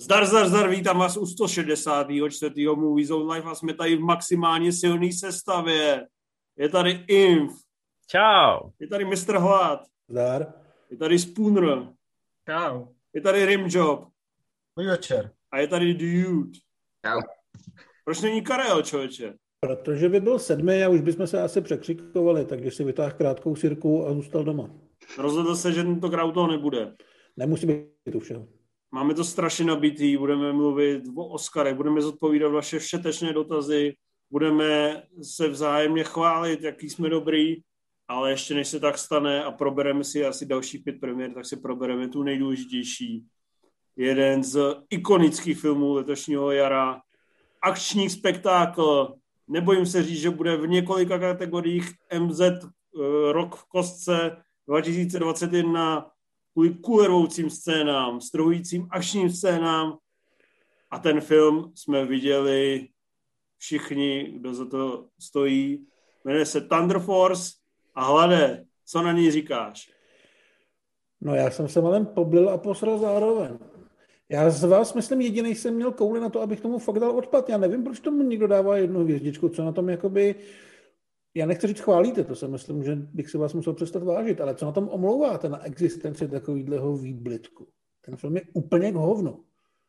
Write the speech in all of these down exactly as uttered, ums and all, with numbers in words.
Zdar, zdar, zdar, vítám vás u sto šedesátého čtvrtého Movie Zone Live a jsme tady v maximálně silné sestavě. Je tady Inf. Čau. Je tady mistr Hlad. Zdar. Je tady Spooner. Čau. Je tady Rimjob. Dobrý večer. A je tady Dude. Čau. Proč není Karel, člověče? Protože by byl sedmý a už bychom se asi překřikovali, takže si vytáhl krátkou sirku a zůstal doma. Rozhodl se, že tentokrát u toho nebude. Nemusí být u všeho. Máme to strašně nabitý, budeme mluvit o Oscarech, budeme zodpovídat vaše všetečné dotazy, budeme se vzájemně chválit, jaký jsme dobrý, ale ještě než se tak stane a probereme si asi dalších pět premiér, tak si probereme tu nejdůležitější. Jeden z ikonických filmů letošního jara, akční spektákl, nebojím se říct, že bude v několika kategoriích M Z uh, Rok v kostce dva tisíce dvacet jedna, kvůli kulervoucím scénám, strhujícím akčním scénám a ten film jsme viděli všichni, kdo za to stojí. Jmenuje se Thunder Force a Hlade, co na ní říkáš? No já jsem se malem poblil a posral zároveň. Já z vás myslím jediný jsem měl kouli na to, abych tomu fakt dal odpad. Já nevím, proč tomu někdo dává jednu hvězdičku, co na tom jakoby... Já nechci říct chválíte, to si myslím, že bych si vás musel přestat vážit, ale co na tom omlouváte na existenci takovýhleho výblitku? Ten film je úplně k hovnu.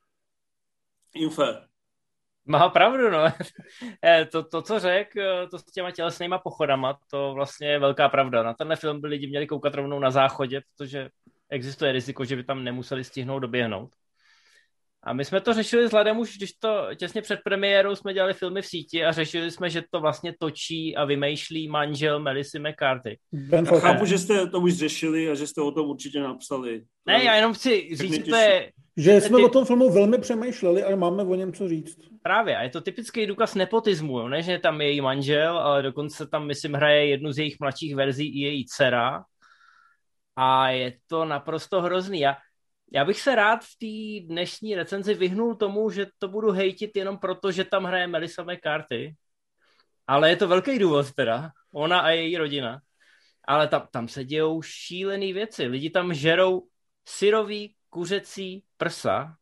Infe. Má pravdu, no. to, to, co řek, to s těma tělesnýma pochodama, to vlastně je velká pravda. Na tenhle film by lidi měli koukat rovnou na záchodě, protože existuje riziko, že by tam nemuseli stihnout doběhnout. A my jsme to řešili s Ladem už, když to těsně před premiérou jsme dělali filmy v síti a řešili jsme, že to vlastně točí a vymýšlí manžel Melissy McCarthy. Já chápu, že jste to už řešili a že jste o tom určitě napsali. Ne, já jenom chci říct, že to je... Že jsme ty... o tom filmu velmi přemýšleli, ale máme o něm co říct. Právě, a je to typický důkaz nepotismu, jo? Ne, že je tam její manžel, ale dokonce tam, myslím, hraje jednu z jejich mladších verzí i její dcera. A je to naprosto hrozný. Já, já bych se rád v té dnešní recenzi vyhnul tomu, že to budu hejtit jenom proto, že tam hraje Melissa McCarthy. Ale je to velký důvod teda. Ona a její rodina. Ale tam, tam se dějou šílený věci. Lidi tam žerou syrový kuřecí prsa.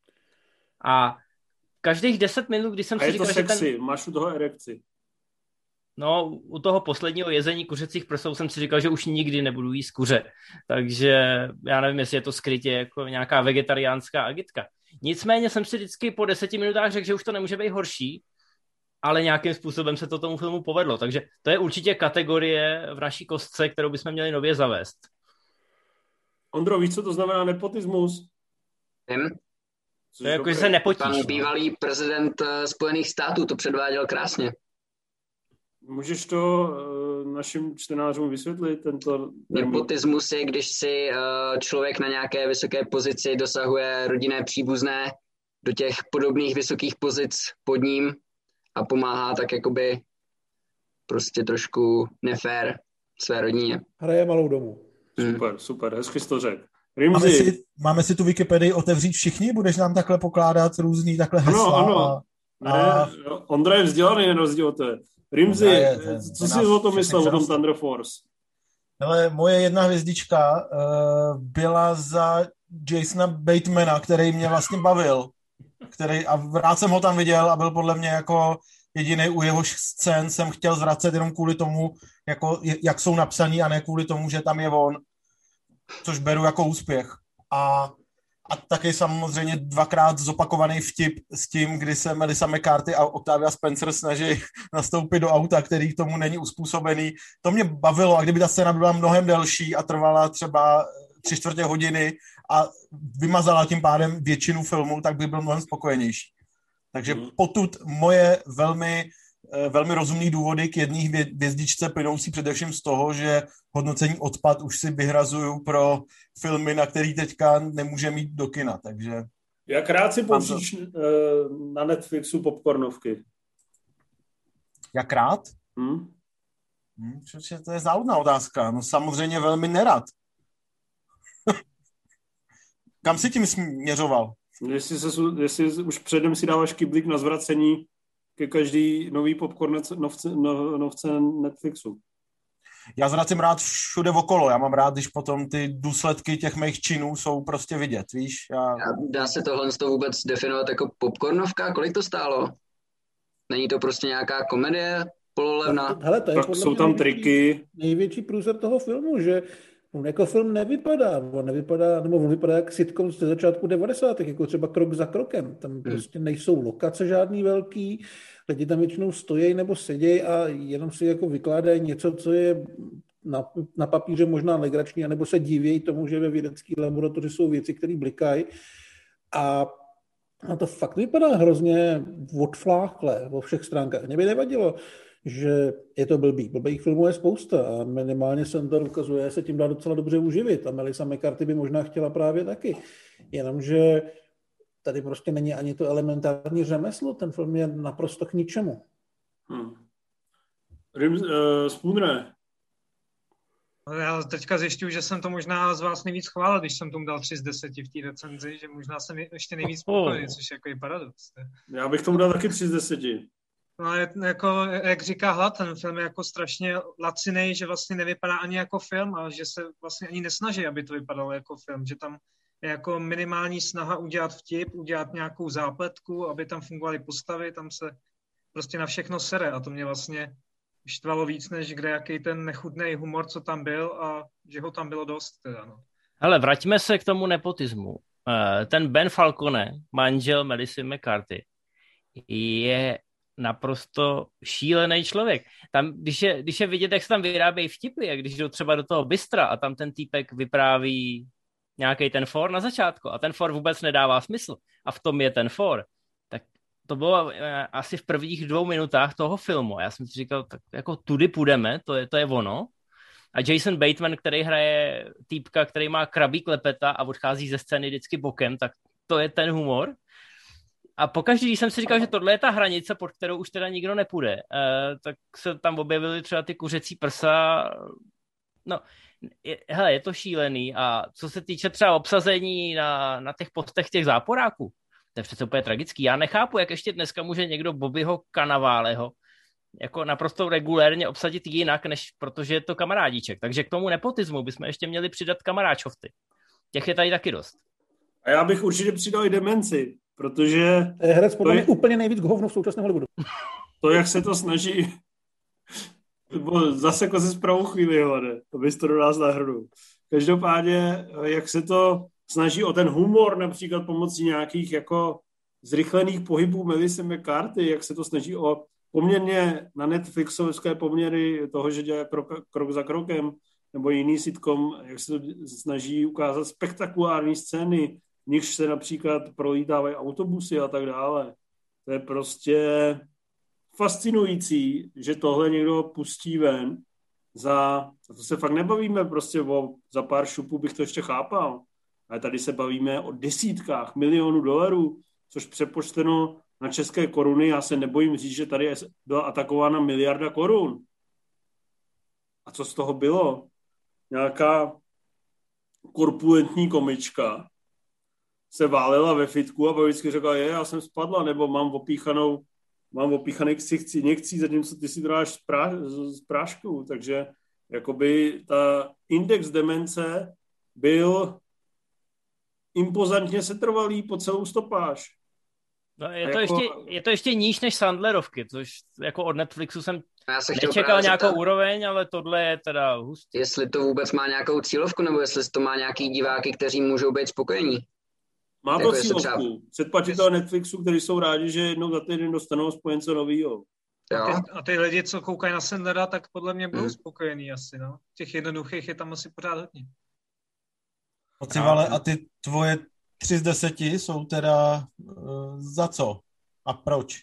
A každých deset minut, když jsem a si je říkal, to sexy, že ten... máš u toho erekci. No, u toho posledního jezení kuřecích prsou jsem si říkal, že už nikdy nebudu jíst kuře. Takže já nevím, jestli je to skrytě jako nějaká vegetariánská agitka. Nicméně jsem si vždycky po deseti minutách řekl, že už to nemůže být horší, ale nějakým způsobem se to tomu filmu povedlo. Takže to je určitě kategorie v naší kostce, kterou bychom měli nově zavést. Ondro, víš, co to znamená nepotismus? Vím. To je jako, že se nepotíš. Pan bývalý prezident Spojených států to předváděl krásně. Můžeš to uh, našim čtenářům vysvětlit? Tento nepotismus je, když si uh, člověk na nějaké vysoké pozici dosahuje rodinné příbuzné do těch podobných vysokých pozic pod ním a pomáhá tak jakoby prostě trošku nefér své rodině. Hraje malou domů. Super, hmm. super, hezky jsi to řekl. Máme si, máme si tu Wikipedii otevřít všichni? Budeš nám takhle pokládat různý takhle hesla? Ano, ano. A... Ne, Ondra je vzdělaný, na rozdíl od té. Rimzi, je, ten, co jsi o tom myslel, o tom Thunder Force? Hele, moje jedna hvězdička uh, byla za Jasona Batemana, který mě vlastně bavil. Který, a rád jsem ho tam viděl a byl podle mě jako jediný u jehož scén jsem chtěl zvracet jenom kvůli tomu, jako, jak jsou napsaný a ne kvůli tomu, že tam je on. Což beru jako úspěch. A, a taky samozřejmě dvakrát zopakovaný vtip s tím, kdy se Melissa McCarthy a Octavia Spencer snaží nastoupit do auta, který k tomu není uspůsobený. To mě bavilo a kdyby ta scéna byla mnohem delší a trvala třeba tři čtvrtě hodiny a vymazala tím pádem většinu filmu, tak by byl mnohem spokojenější. Takže potud moje velmi, velmi rozumný důvody k jedné hvězdičce plynoucí především z toho, že hodnocení odpad už si vyhrazuju pro filmy, na který teďka nemůže mít do kina, takže... Jak rád si použíš na Netflixu popcornovky? Jak rád? Hmm? Hmm, to je záludná otázka. No samozřejmě velmi nerad. Kam si tím směřoval? Jestli, se, jestli už předem si dáváš kyblík na zvracení ke každý nový popcorn novce, novce Netflixu. Já zvracím rád všude okolo, já mám rád, když potom ty důsledky těch mých činů jsou prostě vidět, víš? Já... Dá se tohle z toho vůbec definovat jako popcornovka? Kolik to stálo? Není to prostě nějaká komedie pololevná? Hele, to je Tak jsou tam největší, triky. Největší průser toho filmu, že on jako film nevypadá, on nevypadá, nebo on vypadá jak sitcom ze začátku devadesátých, jako třeba Krok za krokem. Tam prostě nejsou lokace žádný velký, lidi tam většinou stojí nebo sedějí a jenom si jako vykládají něco, co je na, na papíře možná legrační, anebo se divějí tomu, že ve vědecké laboratoři jsou věci, které blikají. A a to fakt vypadá hrozně odfláchle vo všech stránkách. Mně by nevadilo, že je to blbý. Blbých filmů je spousta a minimálně Sandler ukazuje, se tím dá docela dobře uživit a Melissa McCarthy by možná chtěla právě taky. Jenomže tady prostě není ani to elementární řemeslo, ten film je naprosto k ničemu. Hmm. Rim, uh, Spooner. Já teďka zjišťuju, že jsem to možná z vás nejvíc chválil, když jsem tomu dal tři z deseti v té recenzi, že možná jsem ještě nejvíc spokojený, což je jako i paradox. Já bych tomu dal taky tři z deseti. No, jako, jak říká Hlad, ten film je jako strašně lacinej, že vlastně nevypadá ani jako film a že se vlastně ani nesnaží, aby to vypadalo jako film, že tam je jako minimální snaha udělat vtip, udělat nějakou zápletku, aby tam fungovaly postavy, tam se prostě na všechno sere a to mě vlastně štvalo víc, než kde jaký ten nechutný humor, co tam byl a že ho tam bylo dost. Teda, no. Hele, vraťme se k tomu nepotismu. Ten Ben Falcone, manžel Melissy McCarthy, je naprosto šílený člověk. Tam, když je, když je vidět, jak se tam vyrábějí vtipy, jak když jdou třeba do toho bystra a tam ten týpek vypráví nějaký ten for na začátku a ten for vůbec nedává smysl a v tom je ten for, tak to bylo asi v prvních dvou minutách toho filmu. Já jsem si říkal, tak jako tudy půjdeme, to je, to je ono. A Jason Bateman, který hraje týpka, který má krabí klepeta a odchází ze scény vždycky bokem, tak to je ten humor. A pokaždý, když jsem si říkal, že tohle je ta hranice, pod kterou už teda nikdo nepůjde, eh, tak se tam objevily třeba ty kuřecí prsa. No, je, hele, je to šílený. A co se týče třeba obsazení na, na těch postech těch záporáků, to je přece úplně tragický. Já nechápu, jak ještě dneska může někdo Bobbyho Cannavaleho jako naprosto regulérně obsadit jinak, než protože je to kamarádíček. Takže k tomu nepotismu bychom ještě měli přidat kamaráčovty. Těch je tady taky dost. A já bych určitě přidal i demenci, protože... To je herec podle mě je... úplně nejvíc k hovnu v současném Hollywoodu. To, jak se to snaží... Zase jako se zpravou chvíli, hlade, abys to do nás nahrnul. Každopádně, jak se to snaží o ten humor, například pomocí nějakých jako zrychlených pohybů Melissy McCarthy, jak se to snaží o poměrně na Netflixovské poměry toho, že dělá krok, krok za krokem, nebo jiný sitcom, jak se to snaží ukázat spektakulární scény, v nichž se například prolítávají autobusy a tak dále. To je prostě fascinující, že tohle někdo pustí ven. Za, a to se fakt nebavíme prostě o, za pár šupů bych to ještě chápal. Ale tady se bavíme o desítkách milionů dolarů, což přepočteno na české koruny, já se nebojím říct, že tady byla atakována miliarda korun. A co z toho bylo? Nějaká korpulentní komička se válela ve fitku a vždycky řekla, je, já jsem spadla, nebo mám opíchanou, mám opíchaný ksichci někcí, zatímco ty si dráš s, prá, s práškou. Takže jakoby ta index demence byl impozantně setrvalý po celou stopáž. No, je, to jako... ještě, je to ještě níž než Sandlerovky, což jako od Netflixu jsem já nečekal nějakou zeptat, úroveň, ale tohle je teda hustý. Jestli to vůbec má nějakou cílovku, nebo jestli to má nějaký diváky, kteří můžou být spokojení. Má to jako cílovku. Třeba... Předplatitelé Netflixu, kteří jsou rádi, že jednou za týden dostanou spojence novýho. A ty, a ty lidi, co koukají na Sandlera, tak podle mě budou hmm. spokojení asi, no. Těch jednoduchých je tam asi pořád hodně. Ale a ty tvoje tři z deseti jsou teda uh, za co? A proč?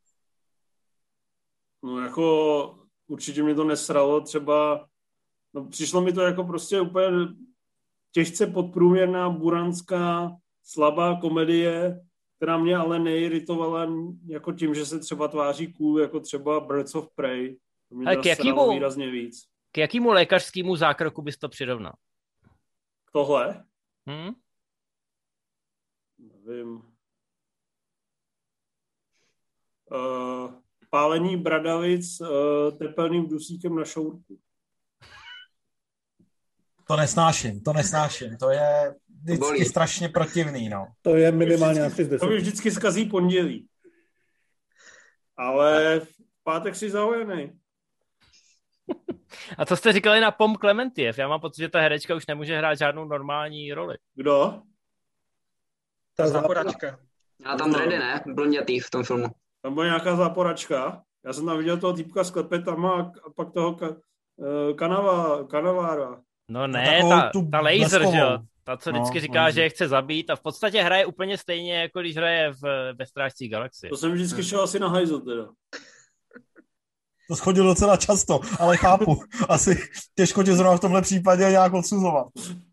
No jako určitě mě to nesralo, třeba no, přišlo mi to jako prostě úplně těžce podprůměrná, buranská, slabá komedie, která mě ale neiritovala jako tím, že se třeba tváří cool, jako třeba Birds of Prey. To mě k jakýmu, výrazně víc. K jakému lékařskému zákroku bys to přirovnal? K tohle? Hmm? Nevím. Uh, pálení bradavic uh, tepelným dusíkem na šourku. To nesnáším, to nesnáším. To je vždycky strašně protivný, no. To je minimálně asi z deset. To mi vždycky zkazí pondělí. Ale v pátek si zaujenej. A co jste říkali na Pom Klementiev? Já mám pocit, že ta herečka už nemůže hrát žádnou normální roli. Kdo? Ta záporačka. A tam dredy, ne? Blondětý v tom filmu. Tam byla nějaká záporačka. Já jsem tam viděl toho týpka s klepetama a pak toho ka, kanava, kanavára. No ne, ta, ta laser, že jo? Ta, co vždycky no, říká, no, že je chce zabít a v podstatě hraje úplně stejně, jako když hraje v, ve Strážcích galaxie. To jsem vždycky šel asi na hajzl teda. To schodil docela často, ale chápu. Asi těžko tě zrovna v tomhle případě nějak odsuzovat.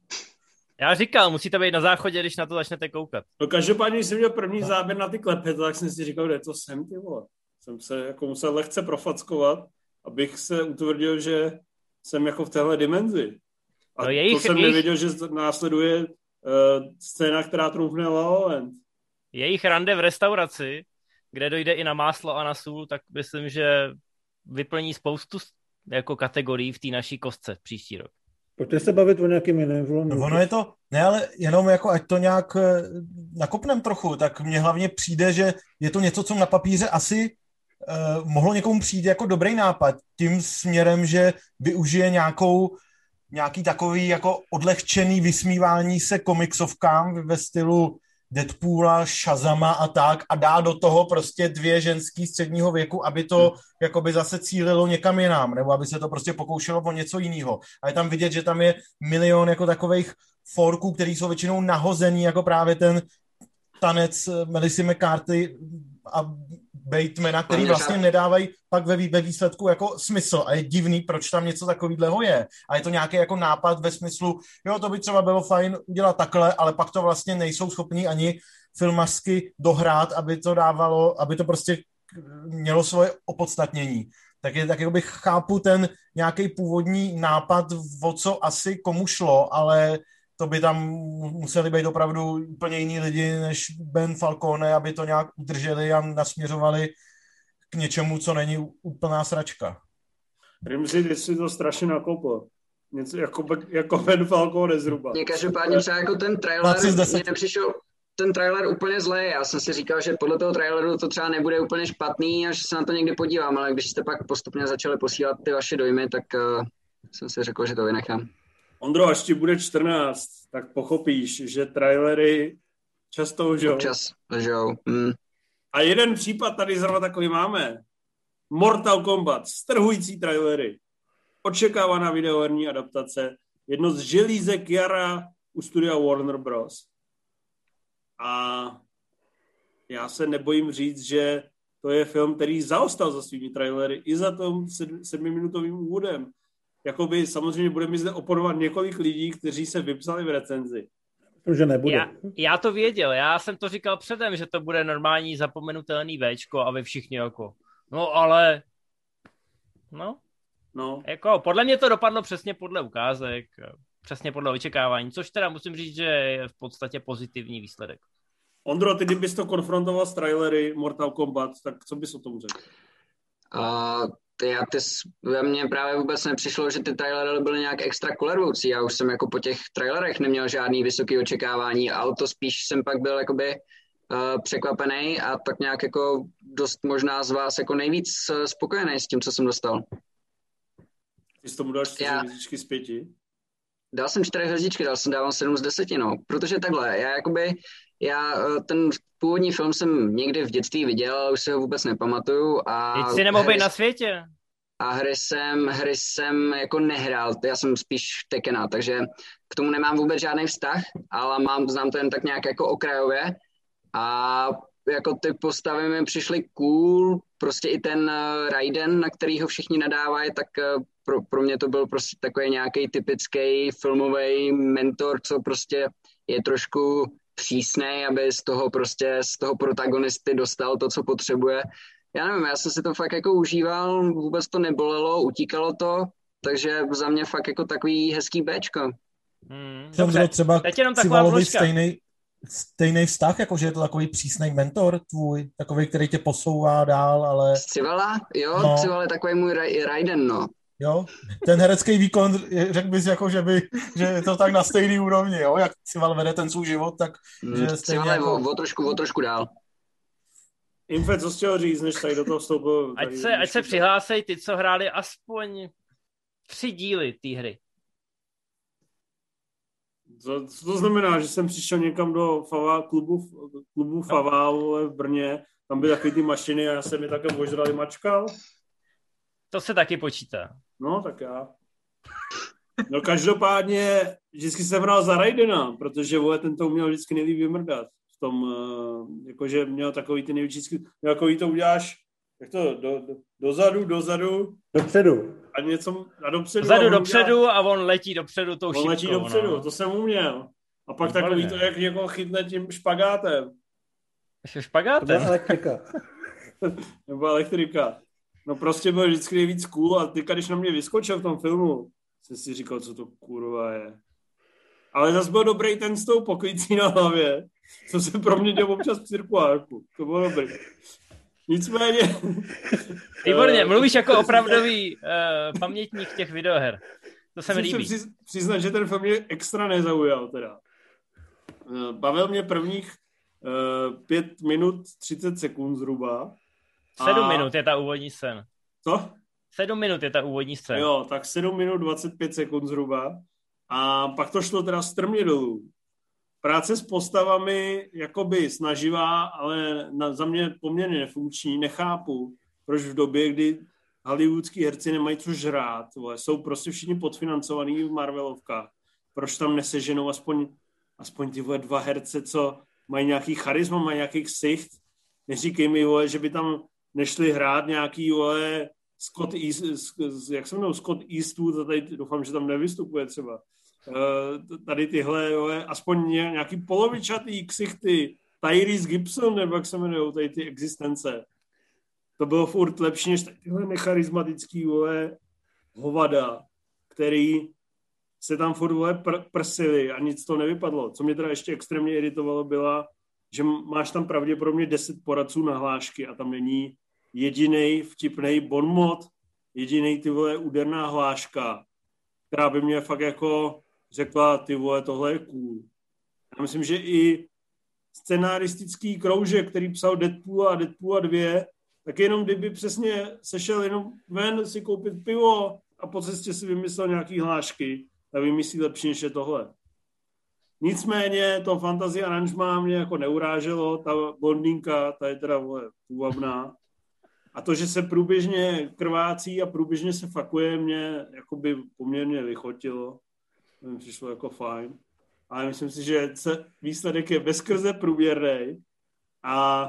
Já říkal, musíte být na záchodě, když na to začnete koukat. No každopádně, když jsem měl první záběr na ty klepety, tak jsem si říkal, kde to jsem, ty vole. Jsem se jako musel lehce profackovat, abych se utvrdil, že jsem jako v téhle dimenzi. A no jejich, to jsem jejich... nevěděl, že následuje uh, scéna, která trumfne La La Land. Jejich rande v restauraci, kde dojde i na máslo a na sůl, tak myslím, že vyplní spoustu jako kategorií v té naší kostce příští rok. Pojďte se bavit o nějakým jiným filmu. No ono je to, ne, ale jenom jako ať to nějak nakopnem trochu, tak mně hlavně přijde, že je to něco, co na papíře asi uh, mohlo někomu přijít jako dobrý nápad, tím směrem, že využije nějakou nějaký takový jako odlehčený vysmívání se komiksovkám ve stylu Deadpoola, Shazama a tak a dá do toho prostě dvě ženský středního věku, aby to hmm. jakoby zase cílilo někam jinam, nebo aby se to prostě pokoušelo o něco jiného. A je tam vidět, že tam je milion jako takových forků, který jsou většinou nahozený, jako právě ten tanec Melissy McCarthy a Batemana, který vlastně nedávají pak ve, ve výsledku jako smysl a je divný, proč tam něco takového je. A je to nějaký jako nápad ve smyslu, jo, to by třeba bylo fajn udělat takhle, ale pak to vlastně nejsou schopní ani filmařsky dohrát, aby to dávalo, aby to prostě mělo svoje opodstatnění. Tak je tak, jakoby chápu ten nějaký původní nápad, o co asi komu šlo, ale to by tam museli být opravdu úplně jiní lidi než Ben Falcone, aby to nějak udrželi a nasměřovali k něčemu, co není úplná sračka. Rimzi, ty si to strašně nakopl. Něco jako, jako Ben Falcone zhruba. Mně každopádně třeba jako ten trailer, mně nepřišel ten trailer úplně zlej. Já jsem si říkal, že podle toho traileru to třeba nebude úplně špatný a že se na to někdy podívám, ale když jste pak postupně začali posílat ty vaše dojmy, tak uh, jsem si řekl, že to vynechám. Ondro, až ti bude čtrnáct, tak pochopíš, že trailery často lžou. Občas lžou. Mm. A jeden případ tady zrovna takový máme. Mortal Kombat, strhující trailery. Očekávaná videoherní adaptace. Jedno z želízek jara u studia Warner Bros. A já se nebojím říct, že to je film, který zaostal za svými trailery i za tom sedmiminutovým úvodem. Jakoby samozřejmě bude mi zde oponovat několik lidí, kteří se vypsali v recenzi. Že nebude. Já, já to věděl, já jsem to říkal předem, že to bude normální zapomenutelný véčko a vy všichni jako, no ale, no, no. Jako podle mě to dopadlo přesně podle ukázek, přesně podle očekávání, což teda musím říct, že je v podstatě pozitivní výsledek. Ondro, ty kdybys to konfrontoval s trailery Mortal Kombat, tak co bys o tom řekl? Uh... Já ty, ve mně právě vůbec nepřišlo, že ty trailery byly nějak extra kolervoucí. Já už jsem jako po těch trailerech neměl žádný vysoký očekávání, ale to spíš jsem pak byl jakoby uh, překvapený a tak nějak jako dost možná z vás jako nejvíc uh, spokojený s tím, co jsem dostal. Ty jsi tomu dal čtyři hvězdičky z pěti? Dal jsem čtyři hvězdičky, dal jsem dával sedm z deseti, no. Protože takhle, já jakoby, já ten původní film jsem někdy v dětství viděl, ale už si ho vůbec nepamatuju. A teď si nemohl být na světě. A hry jsem, hry jsem jako nehrál, já jsem spíš Tekena, takže k tomu nemám vůbec žádný vztah, ale mám, znám to jen tak nějak jako okrajově. A jako ty postavy mi přišly cool, prostě i ten uh, Raiden, na kterýho všichni nadávají, tak uh, pro, pro mě to byl prostě takový nějaký typický filmový mentor, co prostě je trošku přísnej, aby z toho prostě, z toho protagonisty dostal to, co potřebuje. Já nevím, já jsem si to fakt jako užíval, vůbec to nebolelo, utíkalo to, takže za mě fakt jako takový hezký béčko. Hmm, dobře, třeba k Civalovi stejný, stejný vztah, jakože je to takový přísnej mentor tvůj, takový, který tě posouvá dál, ale... Z Civala? Jo, no. Cival je takový můj Raiden, no. Jo, ten herecký výkon, řekl bys jako, že, by, že je to tak na stejný úrovni, jo, jak Cival vede ten svůj život, tak že Hmm, stejně Cival je jako... o, o, trošku, o trošku dál. Infe, co jsi chtěl říct, než tady do toho vstoupil? Ať se, ať se přihlásej ty, co hráli aspoň tři díly té hry. Co, co to znamená, že jsem přišel někam do Fava, klubu, klubu Fava v Brně, tam byly takový ty mašiny a já jsem je také ožral mačkal? To se taky počítá. No, tak já. No každopádně vždycky jsem hrál za Raidena, protože vole, ten to uměl vždycky nejlíp vymrdat. V tom, jakože měl takový ty největší, takový to uděláš, jak to, do, do, dozadu, dozadu. Dopředu. A něco, a dopředu. Dozadu, a dopředu udělá, a on letí dopředu tou šipkou. On letí dopředu, no. to jsem uměl. A pak Výborně. takový to, jak někoho chytne tím špagátem. Ještě špagátem. To byla elektrika. Nebo elektrika. No prostě byl vždycky nejvíc cool a teďka, když na mě vyskočil v tom filmu, jsem si říkal, co to kurva je. Ale zase byl dobrý ten s tou poklicí na hlavě, co se proměnil občas v cirkulárku. To bylo dobrý. Nicméně... Výborně, mluvíš jako opravdový uh, pamětník těch videoher. To se mi líbí. Musím si přiznat, že ten film mě extra nezaujal teda. Bavil mě prvních uh, pět minut třicet sekund zhruba. Sedm a... minut je ta úvodní scéna. Co? Sedm minut je ta úvodní scéna. Jo, tak sedm minut dvacet pět sekund zhruba. A pak to šlo teda strmě dolů. Práce s postavami jakoby snaživá, ale na, za mě poměrně nefunkční. Nechápu, proč v době, kdy hollywoodský herci nemají co žrát, vole, jsou prostě všichni podfinancovaný v Marvelovkách. Proč tam neseženou aspoň, aspoň ty vole, dva herce, co mají nějaký charisma, mají nějaký ksicht. Neříkej mi, vole, že by tam nešli hrát nějaký, vole, Scott East, jak se jmenou, Scott Eastwood, tady doufám, že tam nevystupuje třeba. Tady tyhle, vole, aspoň nějaký polovičatý ksichty, Tyrese Gibson, nebo jak se jmenují, tady ty existence. To bylo furt lepší, než tyhle necharismatický, vole, hovada, který se tam furt, vole, pr- prsili a nic to nevypadlo. Co mě teda ještě extrémně iritovalo, byla, že máš tam pravděpodobně deset poradců na hlášky a tam není jedinej vtipnej bonmot, jedinej ty, vole, úderná hláška, která by mě fakt jako řekla, ty vole, tohle je cool. Já myslím, že i scenaristický kroužek, který psal Deadpool a Deadpool a dvě, tak jenom kdyby přesně sešel jenom ven si koupit pivo a po cestě si vymyslel nějaký hlášky, tak vymyslí lepší než je tohle. Nicméně to fantasy aranžmá mě jako neuráželo, ta blondýnka, ta je teda, vole, půvabná. A to, že se průběžně krvácí a průběžně se fakuje, mě jakoby poměrně vychotilo. To mi přišlo jako fajn. Ale myslím si, že výsledek je bezkrze průměrnej a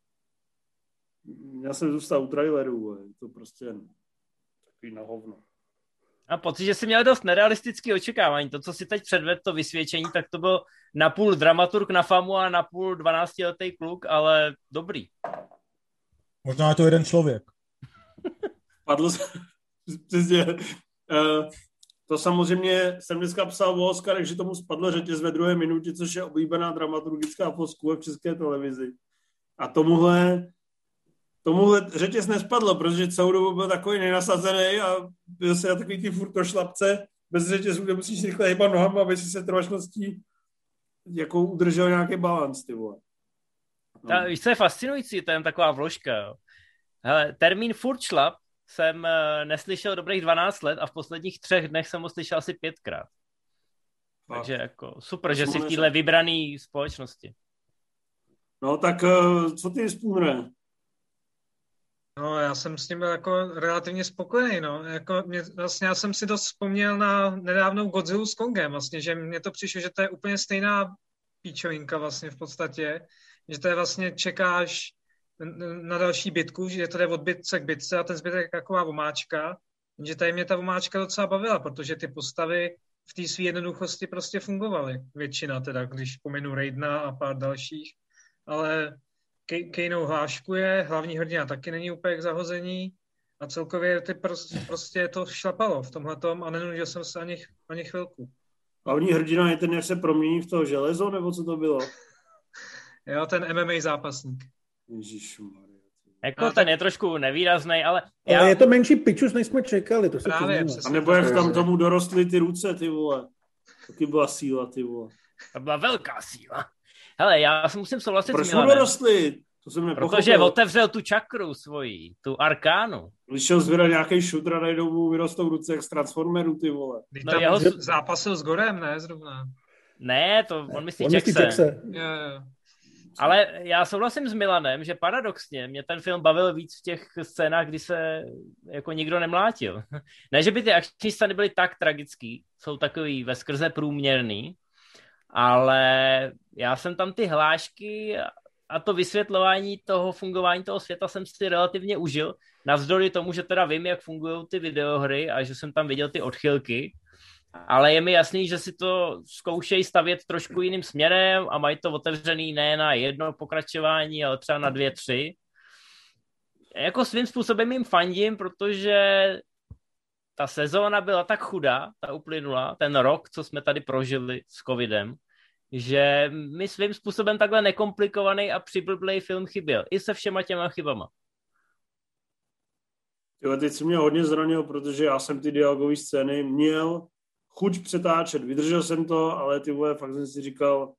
já jsem zůstal u traileru, je to prostě takový na hovno. A pocit, že jsi měl dost nerealistické očekávání. To, co si teď předvedl, to vysvědčení, tak to byl napůl dramaturg na famu a napůl dvanáctiletý kluk, ale dobrý. Možná je to jeden člověk. Padlo se, přesně. Uh, to samozřejmě jsem dneska psal o Oscarech, že tomu spadlo řetěz ve druhé minutě, což je oblíbená dramaturgická floskule v České televizi. A tomuhle, tomuhle řetěz nespadlo, protože celou dobu byl takový nenasazený a byl se na takový ty furt šlapce bez řetězu, kde musíš rychle hýbat nohama, aby si se trvačností jako udržel nějaký balans, ty vole. No. Ta, víš, co je fascinující, to je jen taková vložka. Jo. Hele, termín furt šlap jsem uh, neslyšel dobrých dvanáct let a v posledních třech dnech jsem ho slyšel asi pětkrát. A. Takže jako super, to že jsi v téhle vybraný společnosti. No tak uh, co ty, Spooner? No, já jsem s tím byl jako relativně spokojený, no. Jako mě, vlastně já jsem si dost vzpomněl na nedávnou Godzillu s Kongem, vlastně, že mně to přišlo, že to je úplně stejná píčovinka vlastně v podstatě, že to je vlastně čekáš na další bitku, že to jde od bitce k bitce a ten zbytek je taková omáčka, že tady mě ta omáčka docela bavila, protože ty postavy v té své jednoduchosti prostě fungovaly. Většina teda, když pominu Raidena a pár dalších, ale Kaneou hláškuje, hlavní hrdina taky není úplně k zahození a celkově ty prostě, prostě to šlapalo v tomhletom a nenudil jsem se ani, ani chvilku. Hlavní hrdina je ten, jak se promění v to železo, nebo co to bylo? Jo, ten M M A zápasník. Ježišmarja. Jako ten je trošku nevýrazný, ale... Ale já... je to menší pičus, než jsme čekali, to se Právě, přiznám. A nebo jak tam tomu dorostly ty ruce, ty vole. Taky byla síla, ty vole. To byla velká síla. Hele, já si musím souhlasit Proč s mu Milanem. dorostly? To jsem nepochopil. Protože otevřel tu čakru svoji, tu arkánu. Když šel zvědat nějaký šutr a najdou mu vyrostou ruce jak z Transformerů, ty vole. Když No tam jeho- zápasil s Gorem, ne zrovna. Ne, to on myslí On myslí Jackson. Jackson. Jo, jo. Ale já souhlasím s Milanem, že paradoxně mě ten film bavil víc v těch scénách, kdy se jako nikdo nemlátil. Ne, že by ty akční scény byly tak tragický, jsou takový veskrze průměrný, ale já jsem tam ty hlášky a to vysvětlování toho fungování toho světa jsem si relativně užil, navzdory tomu, že teda vím, jak fungují ty videohry a že jsem tam viděl ty odchylky, ale je mi jasný, že si to zkoušejí stavět trošku jiným směrem a mají to otevřený ne na jedno pokračování, ale třeba na dvě, tři. Jako svým způsobem jim fandím, protože ta sezóna byla tak chudá, ta uplynula, ten rok, co jsme tady prožili s covidem, že mi svým způsobem takhle nekomplikovaný a přiblblej film chyběl. I se všema těma chybama. Jo, teď si mě hodně zranil, protože já jsem ty dialogové scény měl chuť přetáčet. Vydržel jsem to, ale ty vole, fakt jsem si říkal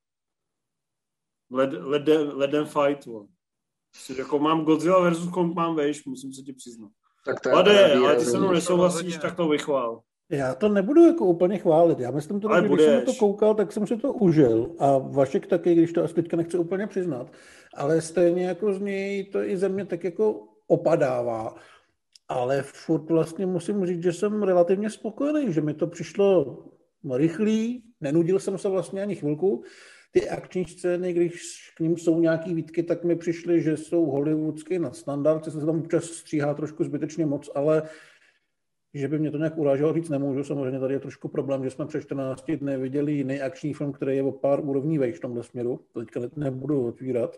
let, let, let them fight. Vole. Jako mám Godzilla versus Kong, mám vejš, musím se ti přiznat. Tak to je Lade, teda ale ty se mnou výrazný. nesouhlasíš, tak to vychvál. Já to nebudu jako úplně chválit. Já myslím, to, Ale že když jsem na to budeš. koukal, tak jsem si to užil. A Vašek taky, když to asi teďka nechci úplně přiznat. Ale stejně jako z něj to i ze mě tak jako opadává. Ale furt vlastně musím říct, že jsem relativně spokojený, že mi to přišlo rychlý, nenudil jsem se vlastně ani chvilku. Ty akční scény, když k ním jsou nějaký výtky, tak mi přišly, že jsou hollywoodsky na standard, že se tam občas stříhá trošku zbytečně moc, ale že by mě to nějak uráželo, říct nemůžu. Samozřejmě tady je trošku problém, že jsme před čtrnácti dny viděli jiný akční film, který je o pár úrovní vejš v tomhle směru. To teďka nebudu otvírat.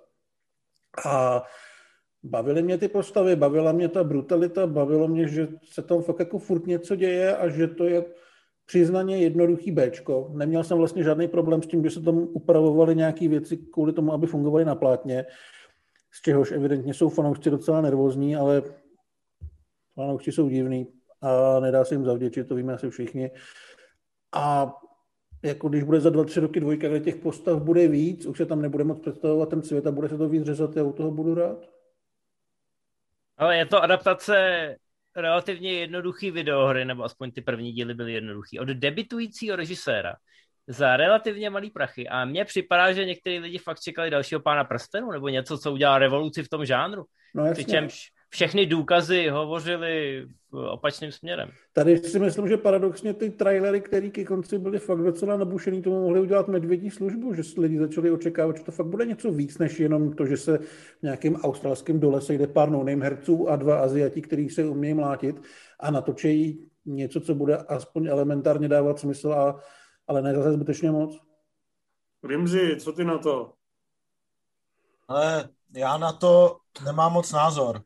A bavily mě ty postavy, bavila mě ta brutalita, bavilo mě, že se tam fakt jako furt něco děje a že to je přiznaně jednoduchý béčko. Neměl jsem vlastně žádný problém s tím, že se tam upravovaly nějaké věci kvůli tomu, aby fungovaly na plátně, z čehož evidentně jsou fanoušci docela nervózní, ale fanoušci jsou divní a nedá se jim zavděčit, to víme asi všichni. A jako když bude za dva, tři roky dvojka, kde těch postav bude víc, už se tam nebude moc představovat ten svět a bude se to víc řezat, já u toho budu rád. Ale je to adaptace relativně jednoduchý videohry, nebo aspoň ty první díly byly jednoduchý, od debitujícího režiséra za relativně malý prachy. A mně připadá, že někteří lidi fakt čekali dalšího Pána prstenů, nebo něco, co udělá revoluci v tom žánru. No jasně. Přičemž všechny důkazy hovořily opačným směrem. Tady si myslím, že paradoxně ty trailery, které ke konci byly fakt docela nabušený, tomu mohli udělat medvědí službu, že lidi začali očekávat, že to fakt bude něco víc, než jenom to, že se v nějakém australském dole sejde pár no-name herců a dva Aziati, kteří se umějí mlátit a natočejí něco, co bude aspoň elementárně dávat smysl, a, ale ne zase zbytečně moc. Rimzi, co ty na to? Ale já na to nemám moc názor.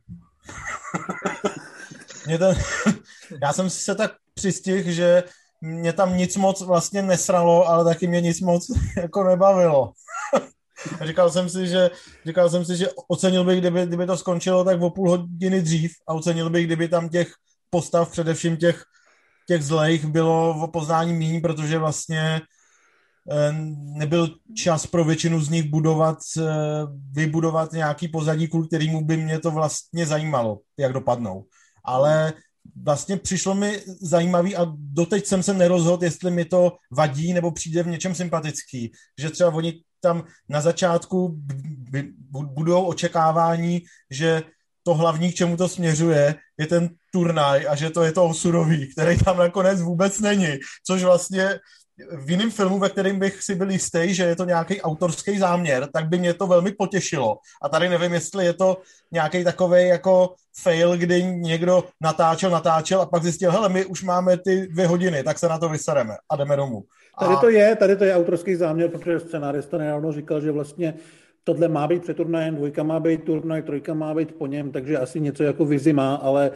Mě ten, já jsem se tak přistihl, že mě tam nic moc vlastně nesralo, ale taky mě nic moc jako nebavilo. Říkal jsem si, že, říkal jsem si, že ocenil bych, kdyby, kdyby to skončilo tak o půl hodiny dřív a ocenil bych, kdyby tam těch postav, především těch, těch zlejch, bylo o poznání míň, protože vlastně nebyl čas pro většinu z nich budovat, vybudovat nějaký pozadí, kvůli kterému by mě to vlastně zajímalo, jak dopadnou. Ale vlastně přišlo mi zajímavý a doteď jsem se nerozhodl, jestli mi to vadí nebo přijde v něčem sympatický. Že třeba oni tam na začátku budou očekávání, že to hlavní, k čemu to směřuje, je ten turnaj a že to je to osudový, který tam nakonec vůbec není. Což vlastně v jiném filmu, ve kterém bych si byl jistý, že je to nějaký autorský záměr, tak by mě to velmi potěšilo. A tady nevím, jestli je to nějaký takovej jako fail, kdy někdo natáčel, natáčel a pak zjistil, hele, my už máme ty dvě hodiny, tak se na to vysereme a jdeme domů. A... Tady to je, tady to je autorský záměr, protože scenárista nedávno říkal, že vlastně tohle má být před turnajem, dvojka má být turnaj, trojka má být po něm, takže asi něco jako vizi má, ale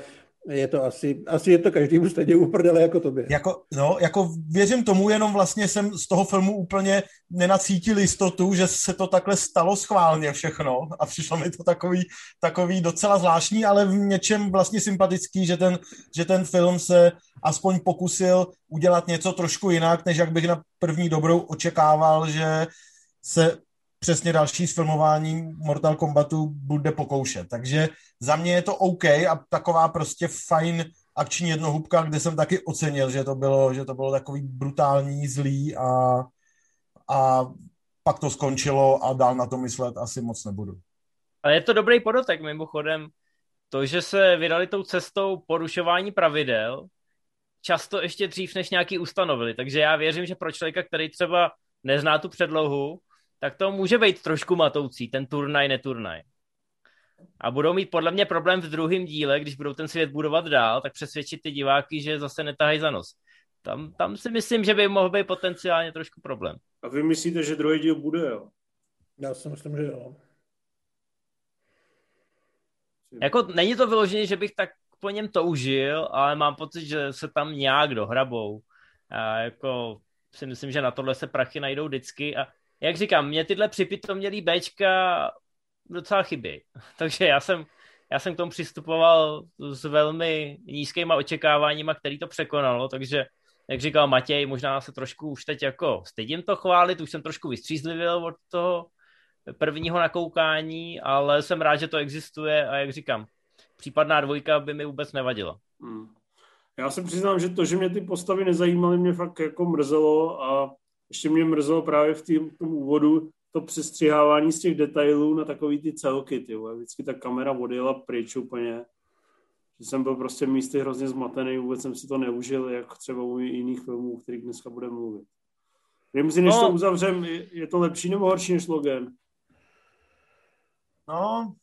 Je to asi, asi je to každému stejně uprdele jako tobě. Jako, no, jako věřím tomu, jenom vlastně jsem z toho filmu úplně nenacítil jistotu, že se to takhle stalo schválně všechno a přišlo mi to takový, takový docela zvláštní, ale v něčem vlastně sympatický, že ten, že ten film se aspoň pokusil udělat něco trošku jinak, než jak bych na první dobrou očekával, že se přesně další sfilmování Mortal Kombatu bude pokoušet. Takže za mě je to OK a taková prostě fajn akční jednohubka, kde jsem taky ocenil, že to bylo, že to bylo takový brutální, zlý a, a pak to skončilo a dál na to myslet asi moc nebudu. Ale je to dobrý podotek mimochodem. To, že se vydali tou cestou porušování pravidel, často ještě dřív, než nějaký ustanovili. Takže já věřím, že pro člověka, který třeba nezná tu předlohu, tak to může být trošku matoucí, ten turnaj, neturnaj. A budou mít podle mě problém v druhém díle, když budou ten svět budovat dál, tak přesvědčit ty diváky, že zase netahají za nos. Tam, tam si myslím, že by mohl být potenciálně trošku problém. A vy myslíte, že druhý díl bude, jo? Já si myslím, že jo. Jako není to vyloženě, že bych tak po něm toužil, ale mám pocit, že se tam nějak dohrabou. A jako si myslím, že na tohle se prachy najdou vždycky. A jak říkám, mě tyhle připitomělý Bčka docela chybí. Takže já jsem, já jsem k tomu přistupoval s velmi nízkýma očekáváníma, který to překonalo, takže jak říkal Matěj, možná se trošku už teď jako stydím to chválit, už jsem trošku vystřízlivil od toho prvního nakoukání, ale jsem rád, že to existuje a jak říkám, případná dvojka by mi vůbec nevadila. Hmm. Já se přiznám, že to, že mě ty postavy nezajímaly, mě fakt jako mrzelo a ještě mě mrzelo právě v tým, tom úvodu to přestřihávání z těch detailů na takový ty celky. Tyjo. Vždycky ta kamera odjela pryč úplně. Že jsem byl prostě místy hrozně zmatený, vůbec jsem si to neužil, jak třeba u jiných filmů, o kterých dneska budeme mluvit. Vím si, než no. to uzavřem, je to lepší nebo horší než Logan? No,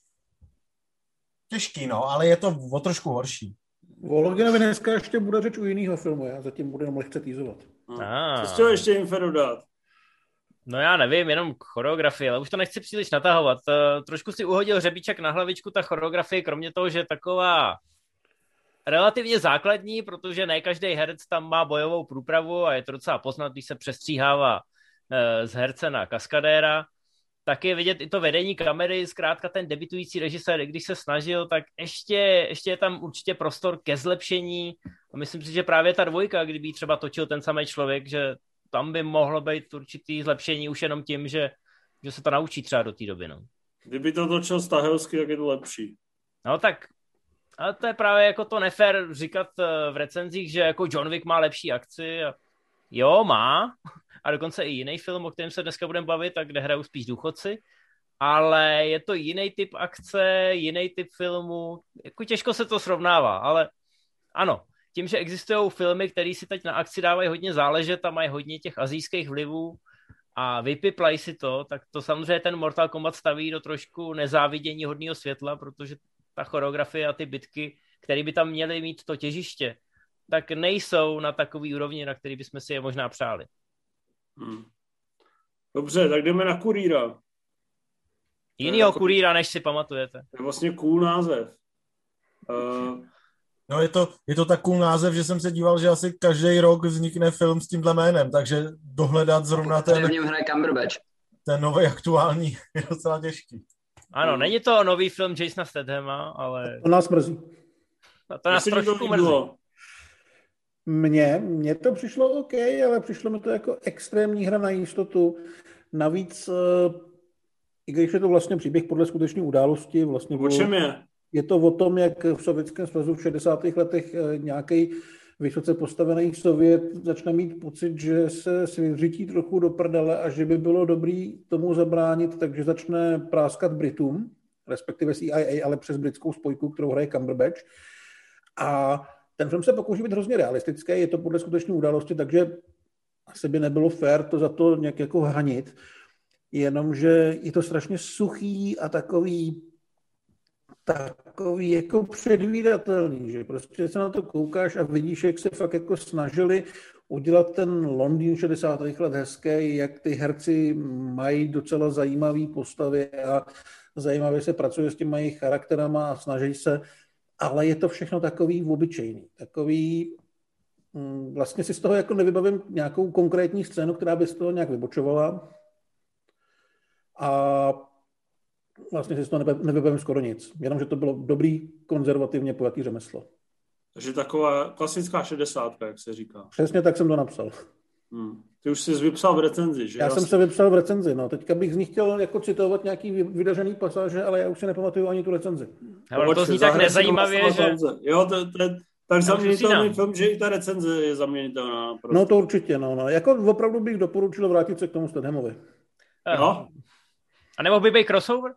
těžký, no, ale je to o trošku horší. O Loganovi dneska ještě bude řeč u jiného filmu, já zatím budu jenom lehce týzovat. Co z toho ještě Infero dát? No já nevím, jenom choreografie, ale už to nechci příliš natahovat. Trošku si uhodil hřebíček na hlavičku ta choreografie, kromě toho, že je taková relativně základní, protože ne každý herec tam má bojovou průpravu a je to docela poznat, když se přestříhává z herce na kaskadéra. Tak je vidět i to vedení kamery, zkrátka ten debitující režisér, když se snažil, tak ještě, ještě je tam určitě prostor ke zlepšení. A myslím si, že právě ta dvojka, kdyby ji třeba točil ten samý člověk, že tam by mohlo být určitý zlepšení už jenom tím, že, že se to naučí třeba do té doby. No. Kdyby to točil Stahelsky, tak je to lepší. No tak, ale to je právě jako to nefér říkat v recenzích, že jako John Wick má lepší akci. A jo, má. A dokonce i jiný film, o kterém se dneska budeme bavit, tak kde hrajou spíš důchodci. Ale je to jiný typ akce, jiný typ filmu. Jako těžko se to srovnává, ale ano. Tím, že existují filmy, které si teď na akci dávají hodně záležet a mají hodně těch asijských vlivů a vypiplají si to, tak to samozřejmě ten Mortal Kombat staví do trošku nezávidění hodného světla, protože ta choreografie a ty bitky, které by tam měly mít to těžiště, tak nejsou na takový úrovni, na který bychom si je možná přáli. Hmm. Dobře, tak jdeme na Kurýra. Jinýho Kurýra, než si pamatujete. To je vlastně cool název. Uh... No je to, je to tak cool název, že jsem se díval, že asi každý rok vznikne film s tímhle jménem, takže dohledat zrovna ten... v něm hraje Cumberbatch. Ten nový aktuální je docela těžký. Ano, není to nový film Jasona Stathama, ale... To nás mrzí. No, to nás Myslím, trošku mrzí. Mně, mně to přišlo OK, ale přišlo mi to jako extrémní hra na jistotu. Navíc, i když je to vlastně příběh podle skutečné události, vlastně... O čem je? Je to o tom, jak v Sovětském svazu v šedesátých letech nějaký vysoce postavený Sovět začne mít pocit, že se svěřití trochu do prdele a že by bylo dobrý tomu zabránit, takže začne práskat Britům, respektive C I A, ale přes britskou spojku, kterou hraje Cumberbatch. A ten film se pokouší být hrozně realistický, je to podle skutečné události, takže asi by nebylo fér to za to nějak jako hanit, jenomže je to strašně suchý a takový takový jako předvídatelný, že prostě se na to koukáš a vidíš, jak se fakt jako snažili udělat ten Londýn šedesátých let hezký, jak ty herci mají docela zajímavý postavy a zajímavě se pracuje s těma jejich charakterama a snaží se, ale je to všechno takový obyčejný. Takový, hm, vlastně si z toho jako nevybavím nějakou konkrétní scénu, která by z toho nějak vybočovala. A vlastně si z toho nevybavím skoro nic. Jenom, že to bylo dobrý, konzervativně pojatý řemeslo. Takže taková klasická šedesátka, jak se říká. Přesně tak jsem to napsal. Hmm. Ty už jsi vypsal v recenzi, že? Já vlastně... jsem se vypsal v recenzi, no. Teďka bych z nich chtěl jako citovat nějaký vydařený pasáže, ale já už si nepamatuju ani tu recenzi. Ale to zní tak nezajímavě, že... Jo, to, to, to, tak zaměnitelný film, že i ta recenze je zaměnitelná. Prostě. No to určitě, no, no. Jako opravdu bych doporučil vrátit se k tomu Stathamovi. Jo? A nebo by byl crossover?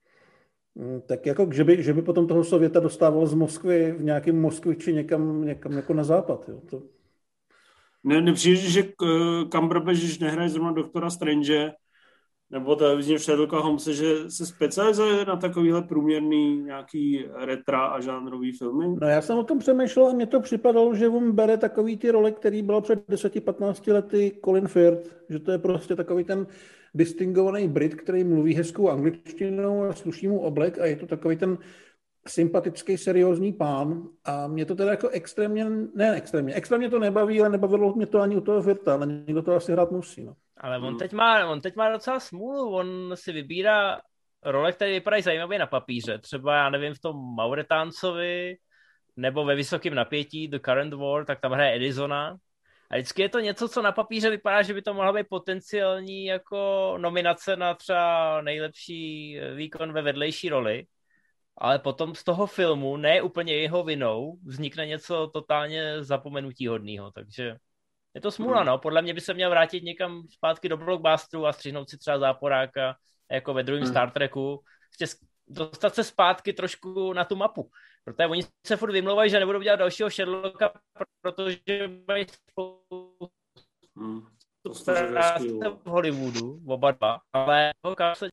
Tak jako, že by, že by potom toho Sověta dostával z Moskvy v nějakém Moskvi či někam, někam jako na západ. Jo. To... Ne, nepřijde, že Cumberbatch, když nehraje zrovna doktora Strange nebo televizně Sherlocka Holmese, že se specializuje na takovýhle průměrný nějaký retra a žánrový filmy? No já jsem o tom přemýšlel a mně to připadalo, že on bere takový ty role, který byl před deseti patnácti lety Colin Firth, že to je prostě takový ten distingovaný Brit, který mluví hezkou angličtinou a sluší mu oblek a je to takový ten sympatický, seriózní pán a mě to teda jako extrémně, ne extrémně, extrémně to nebaví, ale nebavilo mě to ani u toho Firtha, ale někdo to asi hrát musí. No. Ale on teď, má, on teď má docela smůlu, on si vybírá role, které vypadají zajímavě na papíře, třeba já nevím v tom Mauretáncovi nebo ve Vysokém napětí The Current War, tak tam hraje Edisona. A vždycky je to něco, co na papíře vypadá, že by to mohla být potenciální jako nominace na třeba nejlepší výkon ve vedlejší roli. Ale potom z toho filmu, ne úplně jeho vinou, vznikne něco totálně zapomenutíhodného. Takže je to smůla, no. Podle mě by se měl vrátit někam zpátky do blockbusteru a střihnout si třeba Záporáka, jako ve druhém Star Treku. Dostat se zpátky trošku na tu mapu. Protože oni se furt vymlouvají, že nebudou dělat dalšího Sherlocka, protože mají spoustu hmm, práce v Hollywoodu, oba dva, ale se...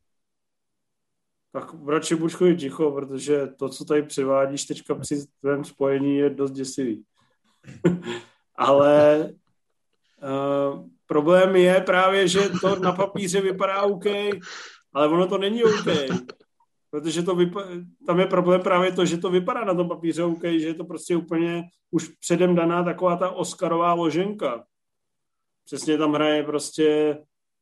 Tak radši buď chodit ticho, protože to, co tady přivádíš teďka při tvém spojení, je dost děsivý. Ale uh, problém je právě, že to na papíře vypadá OK, ale ono to není OK. Protože to vypa- tam je problém právě to, že to vypadá na tom papíře OK, že je to prostě úplně už předem daná taková ta Oscarová loženka. Přesně tam hraje prostě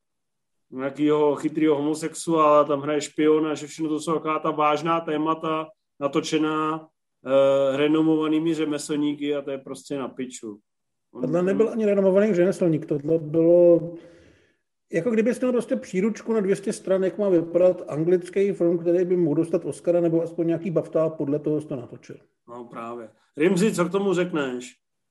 nějakýho chytrýho homosexuála, tam hraje špiona, že všechno to jsou taková ta vážná témata, natočená eh, renomovanými řemeslníky a to je prostě na piču. Tohle nebyl ani renomovaný řemeslník, tohle bylo... Jako kdybyste měl prostě příručku na dvě stě stran, jak má vypadat anglický film, který by mohl dostat Oscara nebo aspoň nějaký BAFTA, podle toho jsi to natočil. No právě. Rimzi, co k tomu řekneš?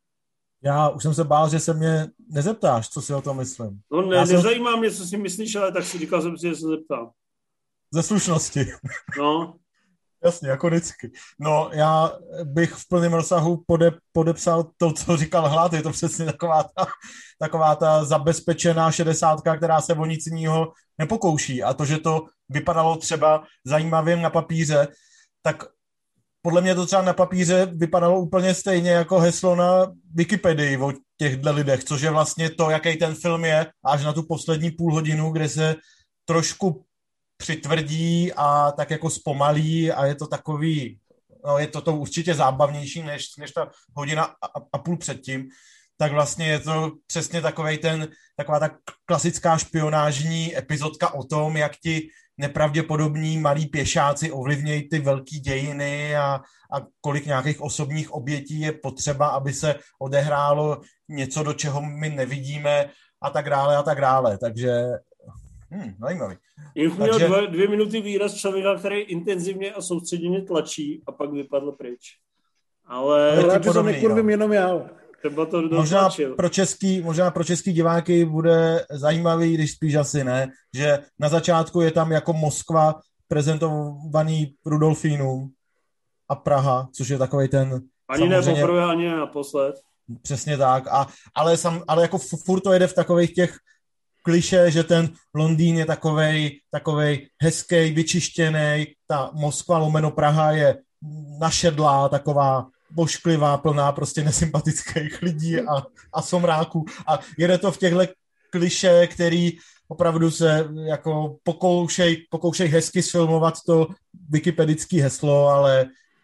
Já už jsem se bál, že se mě nezeptáš, co si o tom myslím. No ne, Já nezajímá jsem... mě, co si myslíš, ale tak si říkal jsem si, že se zeptám. Ze slušnosti. No. Jasně, jako vždycky. No, já bych v plném rozsahu pode, podepsal to, co říkal Hlad. Je to přesně taková ta, taková ta zabezpečená šedesátka, která se o nic jiného nepokouší. A to, že to vypadalo třeba zajímavě na papíře, tak podle mě to třeba na papíře vypadalo úplně stejně jako heslo na Wikipedii o těchto lidech, což je vlastně to, jaký ten film je, až na tu poslední půl hodinu, kde se trošku přitvrdí a tak jako zpomalí a je to takový, no je to, to určitě zábavnější než, než ta hodina a, a půl předtím, tak vlastně je to přesně takovej ten, taková ta klasická špionážní epizodka o tom, jak ti nepravděpodobní malí pěšáci ovlivňují ty velký dějiny a, a kolik nějakých osobních obětí je potřeba, aby se odehrálo něco, do čeho my nevidíme a tak dále a tak dále. Takže Hmm, zajímavý. Jich měl Takže... dvě, dvě minuty výraz člověka, který intenzivně a soustředěně tlačí a pak vypadl pryč. Ale... Ale rád, že to nekurvím jenom já. To možná, pro český, možná pro český diváky bude zajímavý, když spíš asi ne, že na začátku je tam jako Moskva prezentovaný Rudolfínům a Praha, což je takový ten... Ani ne poprvé, ani ne naposled. Přesně tak, a, ale, sam, ale jako furt to jede v takových těch kliše, že ten Londýn je takovej, takovej hezký, vyčištěný, ta Moskva lomeno Praha je našedlá, taková bošklivá, plná prostě nesympatických lidí a, a somráků. A jede to v těchto kliše, který opravdu se jako pokoušej, pokoušej hezky sfilmovat to wikipedické heslo, ale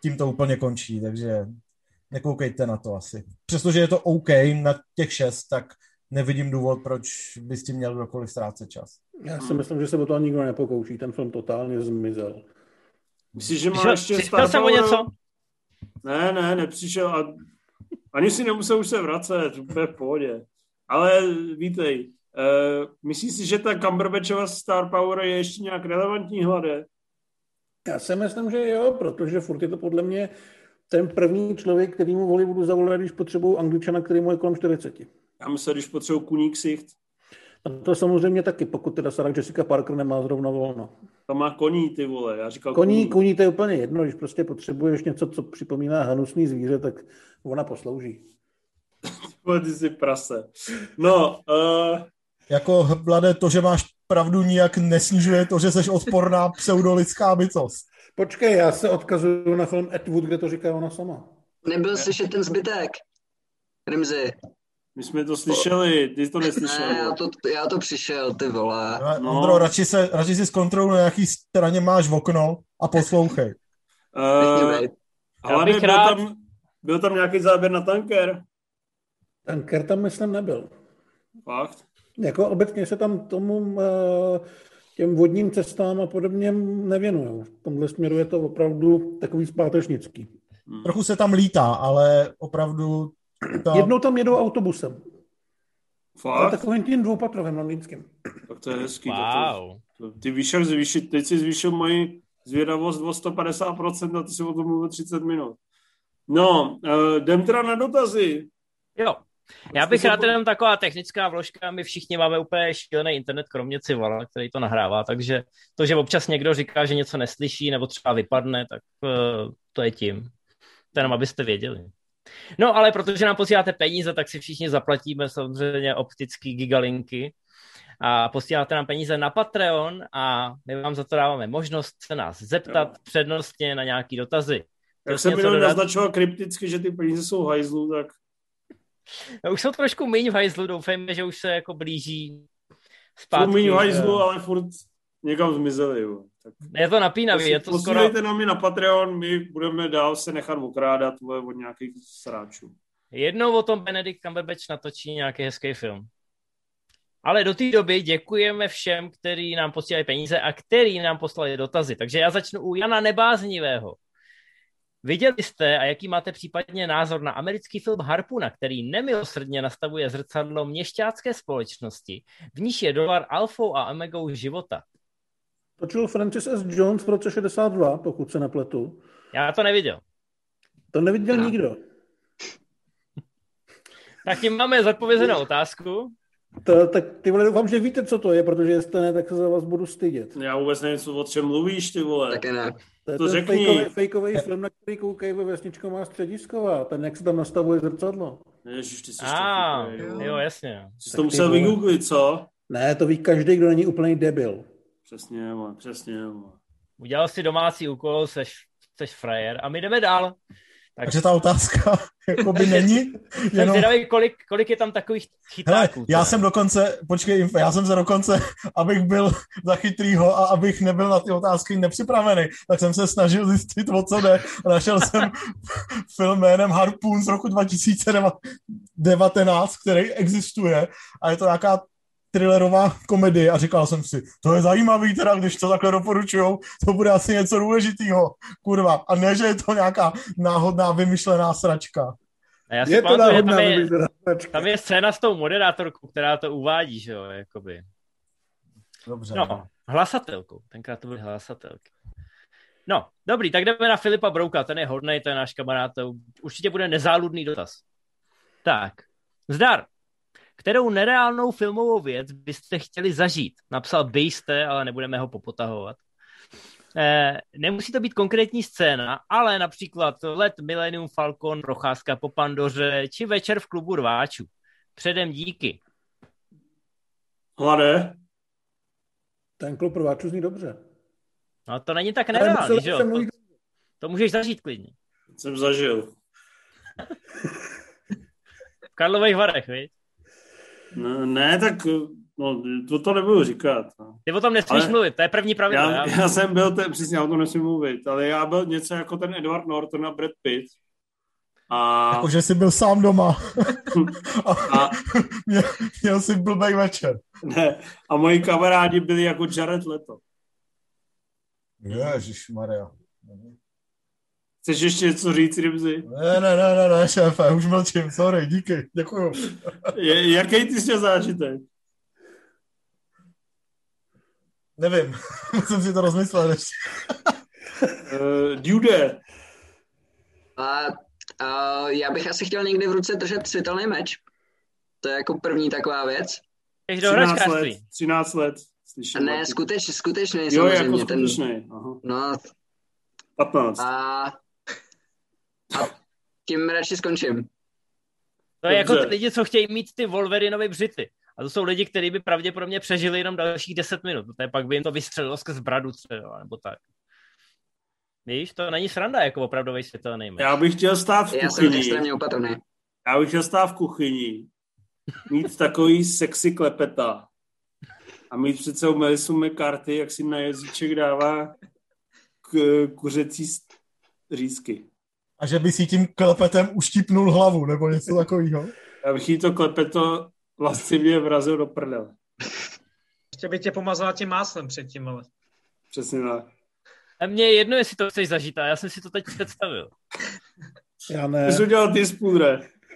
tím to úplně končí, takže nekoukejte na to asi. Přestože je to OK na těch šest, tak nevidím důvod, proč by s tím měl kdokoliv ztrácet čas. Já si myslím, že se o to nikdo nepokouší, ten film totálně zmizel. Myslíš, že má Přišel, ještě přišel jsem o něco? Ne, ne, nepřišel a ani si nemusel už se vracet, úplně v pohodě. Ale vítej, uh, myslíš si, že ta Cumberbatchova Star Power je ještě nějak relevantní, Hlade? Já si myslím, že jo, protože furt je to podle mě ten první člověk, který mu Hollywoodu zavolá, když potřebují Angličana, který mu je kolem čtyřicet. Já myslím, když potřebuji kuní ksicht. A to samozřejmě taky, pokud teda Sarah Jessica Parker nemá zrovna volno. Tam má koní, ty vole, já říkal koní. Koní, koní to je úplně jedno, když prostě potřebuješ něco, co připomíná hnusný zvíře, tak ona poslouží. Ty jsi prase. No, uh... Jako, Vlade, to, že máš pravdu, nijak nesnižuje to, že jsi odporná pseudolidská bytost. Počkej, já se odkazuju na film Ed Wood, kde to říká ona sama. Nebyl slyšet ten zbytek, Rimzi. My jsme to slyšeli, ty to neslyšel. Ne, já to, já to přišel, ty vole. No. Ondro, radši, se, radši si zkontroluj, na jaký straně máš v okno a poslouchej. Uh, ale byl, rád... tam, byl tam nějaký záběr na tanker? Tanker tam, myslím, nebyl. Fakt? Jako obecně se tam tomu těm vodním cestám a podobně nevěnují. V tomhle směru je to opravdu takový zpátečnický. Hmm. Trochu se tam lítá, ale opravdu... Ta... Jednou tam jedou autobusem. Fakt? Ale takovým tím dvoupatrovým londýnským. Tak to je hezký. Wow. To, to, ty víš, jak zvýšit, teď si zvýšil moji zvědavost o sto padesát procent a ty si o tom mluvil třicet minut. No, uh, jdem teda na dotazy. Jo. Já bych rád jenom taková technická vložka, my všichni máme úplně šílený internet, kromě Civala, který to nahrává, takže to, že občas někdo říká, že něco neslyší nebo třeba vypadne, tak uh, to je tím. To jenom, abyste věděli. No, ale protože nám posíláte peníze, tak si všichni zaplatíme samozřejmě optický gigalinky a posíláte nám peníze na Patreon a my vám za to dáváme možnost se nás zeptat jo. přednostně na nějaký dotazy. Jak jsem minulý naznačoval krypticky, že ty peníze jsou hajzlu, tak... No, už jsou trošku míň v hajzlu, doufejme, že už se jako blíží zpátky. Jsou míň v hajzlu, ale furt někam zmizeli. Jo. Tak je to napínavý, je to skoro... Posílejte nám na Patreon, my budeme dál se nechat okrádat od nějakých sráčů. Jednou o tom Benedict Cumberbatch natočí nějaký hezký film. Ale do té doby děkujeme všem, kteří nám posílají peníze a kteří nám poslali dotazy. Takže já začnu u Jana Nebáznivého. Viděli jste a jaký máte případně názor na americký film Harpuna, který nemilosrdně nastavuje zrcadlo měšťácké společnosti, v níž je dolar alfou a omegou života? Točil Francis S. Jones v roce šedesát dva, pokud se nepletu. Já to neviděl. To neviděl no. nikdo. Tak tím máme zodpovězenou otázku. To, tak ty vole, doufám, že víte, co to je, protože jestli ne, tak se za vás budu stydět. Já vůbec nevím, co, o čem mluvíš, ty vole. Také ne. To je to ten fejkový, fejkový film, na který koukají ve vesničková středisková. Ten, jak se tam nastavuje zrcadlo. Ježiš, ty jsi ah, jo. jo, jasně. Jsi to musel vygooglit, co? Ne, to ví každý, kdo není úplný debil. Přesně, man, přesně. Man. Udělal si domácí úkol, seš, seš frajer a my jdeme dál. Tak... Takže ta otázka jakoby není. Jenom... Zvědavý, kolik, kolik je tam takových chytáků. Hele, já jsem dokonce, počkej, já jsem se dokonce, abych byl za chytrýho a abych nebyl na ty otázky nepřipravený, tak jsem se snažil zjistit, o co jde. Našel jsem film jménem Harpoon z roku dva tisíce devatenáct, který existuje a je to nějaká thrillerová komedie a říkal jsem si, to je zajímavý teda, když to takhle doporučujou, to bude asi něco důležitýho, kurva. A ne, že je to nějaká náhodná vymyšlená sračka. A já si je pamatuju, to tam je, tam je scéna s tou moderátorkou, která to uvádí, že jo, jakoby. Dobře. No, hlasatelkou, tenkrát to byly hlasatelky. No, dobrý, tak jdeme na Filipa Brouka, ten je hodnej, to je náš kamarád, to určitě bude nezáludný dotaz. Tak, zdar. Kterou nereálnou filmovou věc byste chtěli zažít? Napsal byste, ale nebudeme ho popotahovat. E, nemusí to být konkrétní scéna, ale například let Millennium Falcon, procházka po Pandoře, či večer v klubu rváčů. Předem díky. Hlade? Ten klub rváčů zní dobře. No to není tak nereálný, že jo? To, to můžeš zažít klidně. Jsem zažil. V Karlových Varech, viď? No, ne, tak no, to, to nebudu říkat. No. Ty o tom nesmíš ale mluvit, to je první pravidlo. Já, já jsem byl, ten, přesně, já o tom nesmím mluvit, ale já byl něco jako ten Edward Norton a Brad Pitt. A... Jakože jsi byl sám doma. a, a... měl, měl jsi blbej večer. Ne, a moji kamarádi byli jako Jared Leto. Ježišmarja. Chceš ještě něco říct, Rimzi? Ne, ne, ne, ne, ne, šéfe, už mlčím, sorry, díky, děkuju. Je, jaký ty jsi zážitek? Nevím, musím si to rozmyslet ještě. uh, Dude. A, a já bych asi chtěl někdy v ruce držet světelný meč. To je jako první taková věc. třináct let, třináct let. Slyším, ne, skuteč, skutečný jo, samozřejmě. Jako skutečný. Ten, aha. No, patnáct. A, a tím radši skončím. To je Dobře. Jako ty lidi, co chtějí mít ty Wolverinovy břity. A to jsou lidi, kteří by pravděpodobně přežili jenom dalších deset minut. To je pak by jim to vystřelilo skrz bradu třeba, nebo tak. Víš, to není sranda jako opravdový světelný meč. Já bych chtěl stát v kuchyni. Já jsem extrémně opatrný. Já bych chtěl stát v kuchyni. Mít takový sexy klepeta. A mít přece u Melisu McCarthy, jak si na jazyček dává k- kuřecí řízky. A že by si tím klepetem uštípnul hlavu, nebo něco takového? Já bych jí to klepeto vlastně vrazil do prdele. Ještě by tě pomazala tím máslem předtím, ale. Přesně tak. A mně je jedno, jestli to chceš zažít, a já jsem si to teď představil. Já ne. Ty jsi udělal ty spůdre.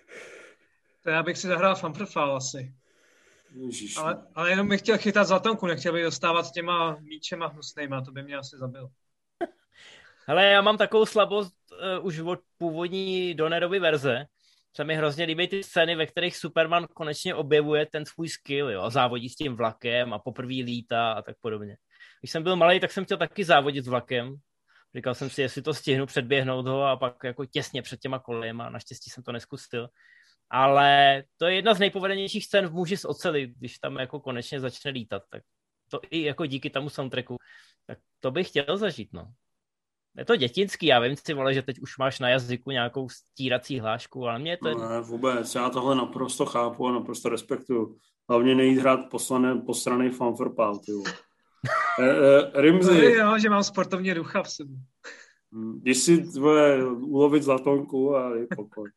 To já bych si zahrál Famprfal asi. Ale, ale jenom bych chtěl chytat zatonku, nechtěl bych dostávat těma míčema hnusnejma, to by mě asi zabil. Hele, já mám takovou slabost uh, už od původní Donnerovy verze, se mi hrozně líbí ty scény, ve kterých Superman konečně objevuje ten svůj skill, jo, a závodí s tím vlakem a poprvé lítá a tak podobně. Když jsem byl malý, tak jsem chtěl taky závodit s vlakem. Říkal jsem si, jestli to stihnu předběhnout ho a pak jako těsně před těma kolejema. Naštěstí jsem to neskusil. Ale to je jedna z nejpovedenějších scén v Muži z oceli, když tam jako konečně začne lítat. Tak to i jako díky tomu soundtracku. Tak to bych chtěl zažít, no. Je to dětinský, já vím si, vole, že teď už máš na jazyku nějakou stírací hlášku, ale mě je to... No ne, vůbec, já tohle naprosto chápu a naprosto respektuju. Hlavně nejít hrát poslané, posranej fanfarpál, ty vole. E, e, Rimzi. Jo, že mám sportovní ducha v sobě. Když si tvoje ulovit zlatonku a je pokoj.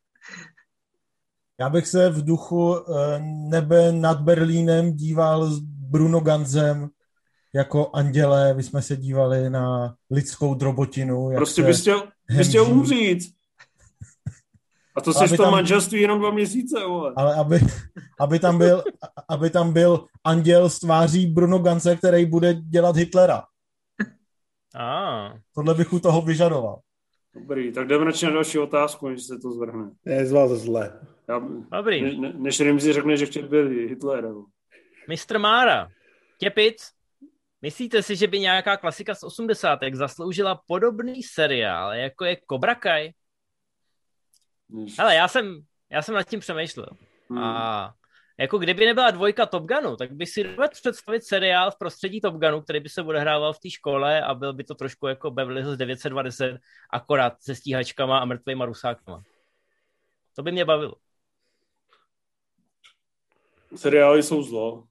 Já bych se v duchu Nebe nad Berlínem díval s Bruno Ganzem jako anděle, my jsme se dívali na lidskou drobotinu. Prostě bys chtěl, bys chtěl umřít. A to seš v tom tam, manželství jenom dva měsíce, vole. Ale aby, aby, tam byl, aby tam byl anděl s tváří Bruno Ganze, který bude dělat Hitlera. Ah. Tohle bych u toho vyžadoval. Dobrý, tak jdeme radši na další otázku, než se to zvrhne. Je z vás zle. Já, Dobrý. Ne, než Rimzi řekne, že chtěl byl Hitler. mistr Mára, Těpic, myslíte si, že by nějaká klasika z osmdesátek zasloužila podobný seriál, jako je Cobra Kai? Hele, já jsem, já jsem nad tím přemýšlel. Hmm. A jako kdyby nebyla dvojka Top Gunu, tak bych si dovedl představit seriál v prostředí Top Gunu, který by se odehrával v té škole a byl by to trošku jako Beverly Hills devět set dvacet, akorát se stíhačkama a mrtvejma rusákama. To by mě bavilo. Seriály jsou zlo.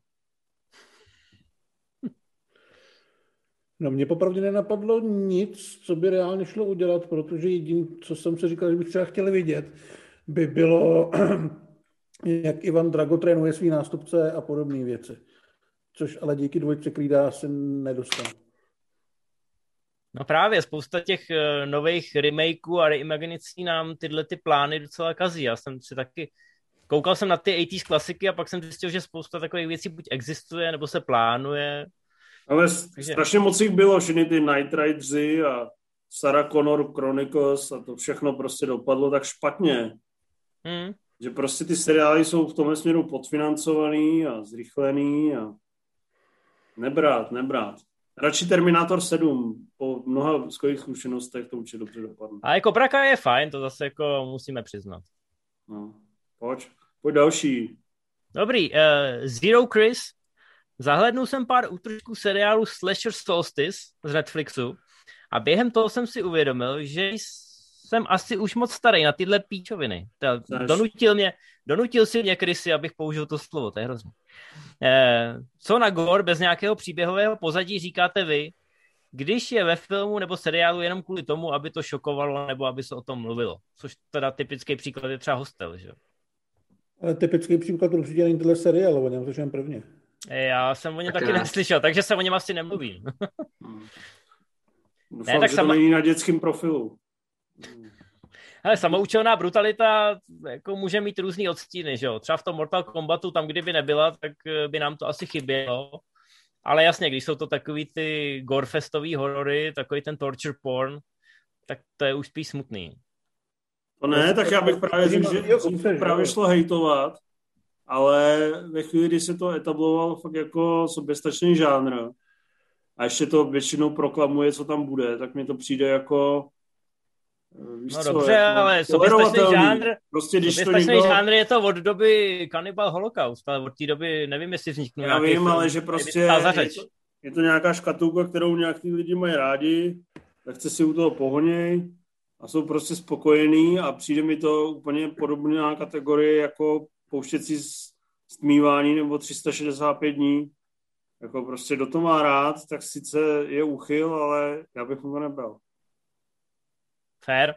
No mě popravdě nenapadlo nic, co by reálně šlo udělat, protože jediné, co jsem si říkal, že bych třeba chtěl vidět, by bylo, jak Ivan Drago trénuje svý nástupce a podobné věci. Což ale díky dvojce Creeda asi nedostanu. No právě, spousta těch uh, nových remakeů a reimaginací nám tyhle ty plány docela kazí. Já jsem si taky koukal jsem na ty osmdesátých klasiky a pak jsem zjistil, že spousta takových věcí buď existuje, nebo se plánuje. Ale Takže... strašně moc jich bylo, všechny ty Night Rideři a Sarah Connor Chronicles a to všechno prostě dopadlo tak špatně. Hmm. Že prostě ty seriály jsou v tomhle směru podfinancovaný a zrychlený a nebrát, nebrát. Radši Terminator sedm, po mnoha skvělých zkušenostech to určitě dobře dopadne. A jako Cobra Kai je fajn, to zase jako musíme přiznat. No, pojď, pojď další. Dobrý, uh, Zero Chris. Zahlednul jsem pár útržků seriálu Slasher Solstice z Netflixu a během toho jsem si uvědomil, že jsem asi už moc starý na tyhle píčoviny. Donutil mě, donutil si mě Chrissy, abych použil to slovo, to je hrozný. Eh, co na gore bez nějakého příběhového pozadí říkáte vy, když je ve filmu nebo seriálu jenom kvůli tomu, aby to šokovalo nebo aby se o tom mluvilo? Což teda typický příklad je třeba Hostel, že? Ale typický příklad určitě není tohle seriál, o něm slyším prvně. Já jsem o něm taky neslyšel, takže se o něm asi nemluvím. Doufám, ne, tak že sama... to není na dětském profilu. Hele, samoučelná brutalita jako může mít různý odstíny, že jo? Třeba v tom Mortal Kombatu, tam kdyby nebyla, tak by nám to asi chybělo. Ale jasně, když jsou to takový ty gorefestový horory, takový ten torture porn, tak to je už spíš smutný. To ne, tak já bych právě řekl, že to právě šlo hejtovat, ale ve chvíli, kdy se to etabloval fakt jako soběstačný žánr a ještě to většinou proklamuje, co tam bude, tak mi to přijde jako víš no co, dobře, jako ale soběstačný žánr, prostě, když soběstačný to někdo... žánr je to od doby Cannibal Holocaust, ale od té doby nevím, jestli vzniknul já nějaký vím, film, ale že prostě je to, je to nějaká škatulka, kterou nějaký lidi mají rádi, tak se si u toho pohoněj a jsou prostě spokojení a přijde mi to úplně podobná kategorie jako pouštět si stmívání nebo tři sta šedesát pět dní. Jako prostě kdo to má rád, tak sice je úchyl, ale já bych mu to nebral. Fair.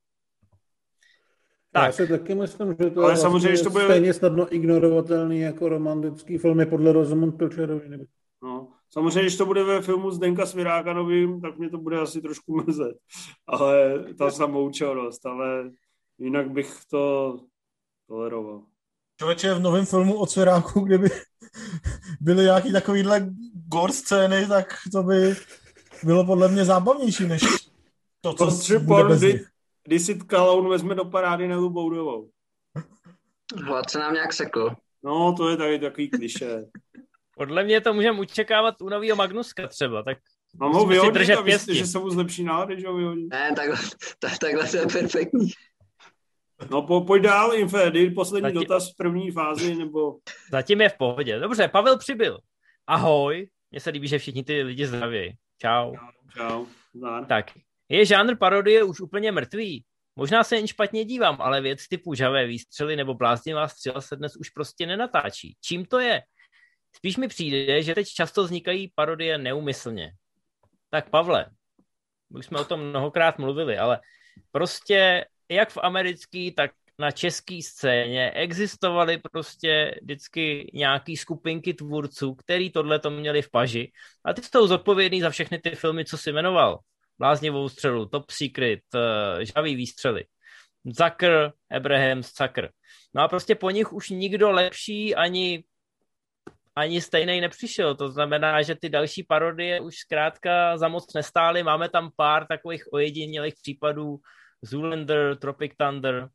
Tak. Já si taky myslím, že to ale je samozřejmě, vlastně to bude... stejně snadno ignorovatelný jako romantický filmy podle Rosamund Pilcherovy. No, samozřejmě, když to bude ve filmu Zdenka Sviráka novým, tak mě to bude asi trošku mrzet. Ale ta samoučelnost, ale jinak bych to toleroval. Člověče, v novém filmu od Sviráku, kdyby byly nějaký takovýhle gore scény, tak to by bylo podle mě zábavnější, než to, co to bude bez nich. Kdy si Kaloun vezme do parády Nelu Boudovou. Hlad se nám nějak sekl. No, to je tady takový klišé. Podle mě to můžeme očekávat u nového Magnuska třeba, tak mám ho vyhodit a myslíte, že se mu zlepší nálady, že ho vyhodí? Ne, takhle, tak, takhle to je perfektní. No po, pojď dál, Infedy, poslední Zatím... dotaz v první fázi, nebo... Zatím je v pohodě. Dobře, Pavel přibyl. Ahoj, mně se líbí, že všichni ty lidi zdraví. Čau. Čau. Zdar. Tak, je žánr parodie už úplně mrtvý? Možná se jen špatně dívám, ale věc typu žavé výstřely nebo bláznivá střela se dnes už prostě nenatáčí. Čím to je? Spíš mi přijde, že teď často vznikají parodie neumyslně. Tak Pavle, už jsme o tom mnohokrát mluvili, ale prostě jak v americký, tak na české scéně existovaly prostě vždycky nějaký skupinky tvůrců, který tohleto měli v paži a ty jsou zodpovědný za všechny ty filmy, co jsi jmenoval. Bláznivou střelu, Top Secret, uh, Žavý výstřely, Zucker, Abrahams, Zucker. No a prostě po nich už nikdo lepší ani ani stejnej nepřišel. To znamená, že ty další parodie už zkrátka za moc nestály. Máme tam pár takových ojedinělých případů, Zoolander, Tropic Thunder,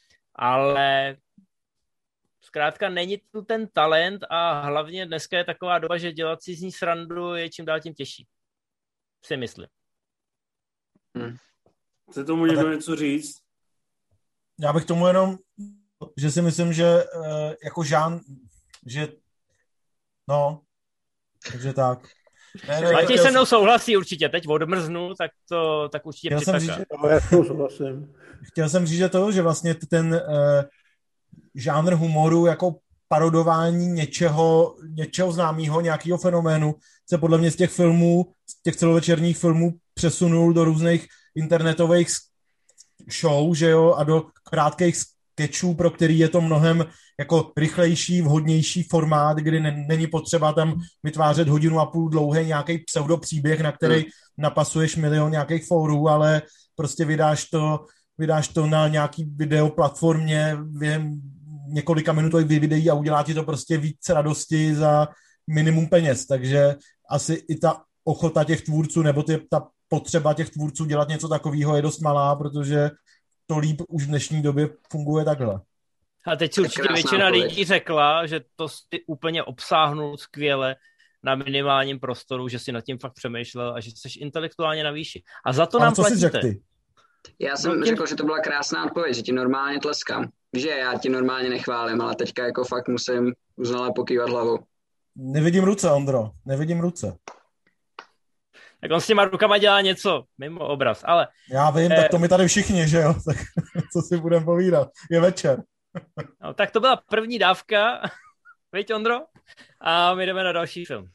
ale zkrátka není tu ten talent a hlavně dneska je taková doba, že dělat si z ní srandu je čím dál tím těžší. Si myslím. Hmm. Chce tomu někdo něco říct? Já bych tomu jenom, že si myslím, že uh, jako žán, že no, takže tak. Ne, ne, Matěj se mnou souhlasí určitě, teď odmrznu, tak to tak určitě chtěl jsem říct, že, no, já souhlasím. Chtěl jsem říct, že to, že vlastně ten uh, žánr humoru jako parodování něčeho, něčeho známého, nějakého fenoménu se podle mě z těch filmů, z těch celovečerních filmů přesunul do různých internetových show, že jo, a do krátkých sketchů, pro který je to mnohem jako rychlejší, vhodnější formát, kdy ne, není potřeba tam vytvářet hodinu a půl dlouhý nějaký pseudopříběh, na který hmm. napasuješ milion nějakých fórů, ale prostě vydáš to, vydáš to na nějaký videoplatformě během několika minutových videí a udělá ti to prostě víc radosti za minimum peněz, takže asi i ta ochota těch tvůrců, nebo ty, ta potřeba těch tvůrců dělat něco takového je dost malá, protože to líp už v dnešní době funguje takhle. A teď si určitě většina lidí řekla, že to si úplně obsáhnul skvěle na minimálním prostoru, že si nad tím fakt přemýšlel a že jsi intelektuálně na výši. A za to ale nám co platíte. Jsi řekl ty? Já jsem no, tím... řekl, že to byla krásná odpověď, že ti normálně tleskám. Víš, že já ti normálně nechválím, ale teďka jako fakt musím uznale pokývat hlavou. Nevidím ruce, Ondro, nevidím ruce. Tak on s těma rukama dělá něco mimo obraz, ale... Já vím, eh, tak to my tady všichni, že jo? Tak co si budeme povídat? Je večer. No, tak to byla první dávka, viď, Ondro? A my jdeme na další film.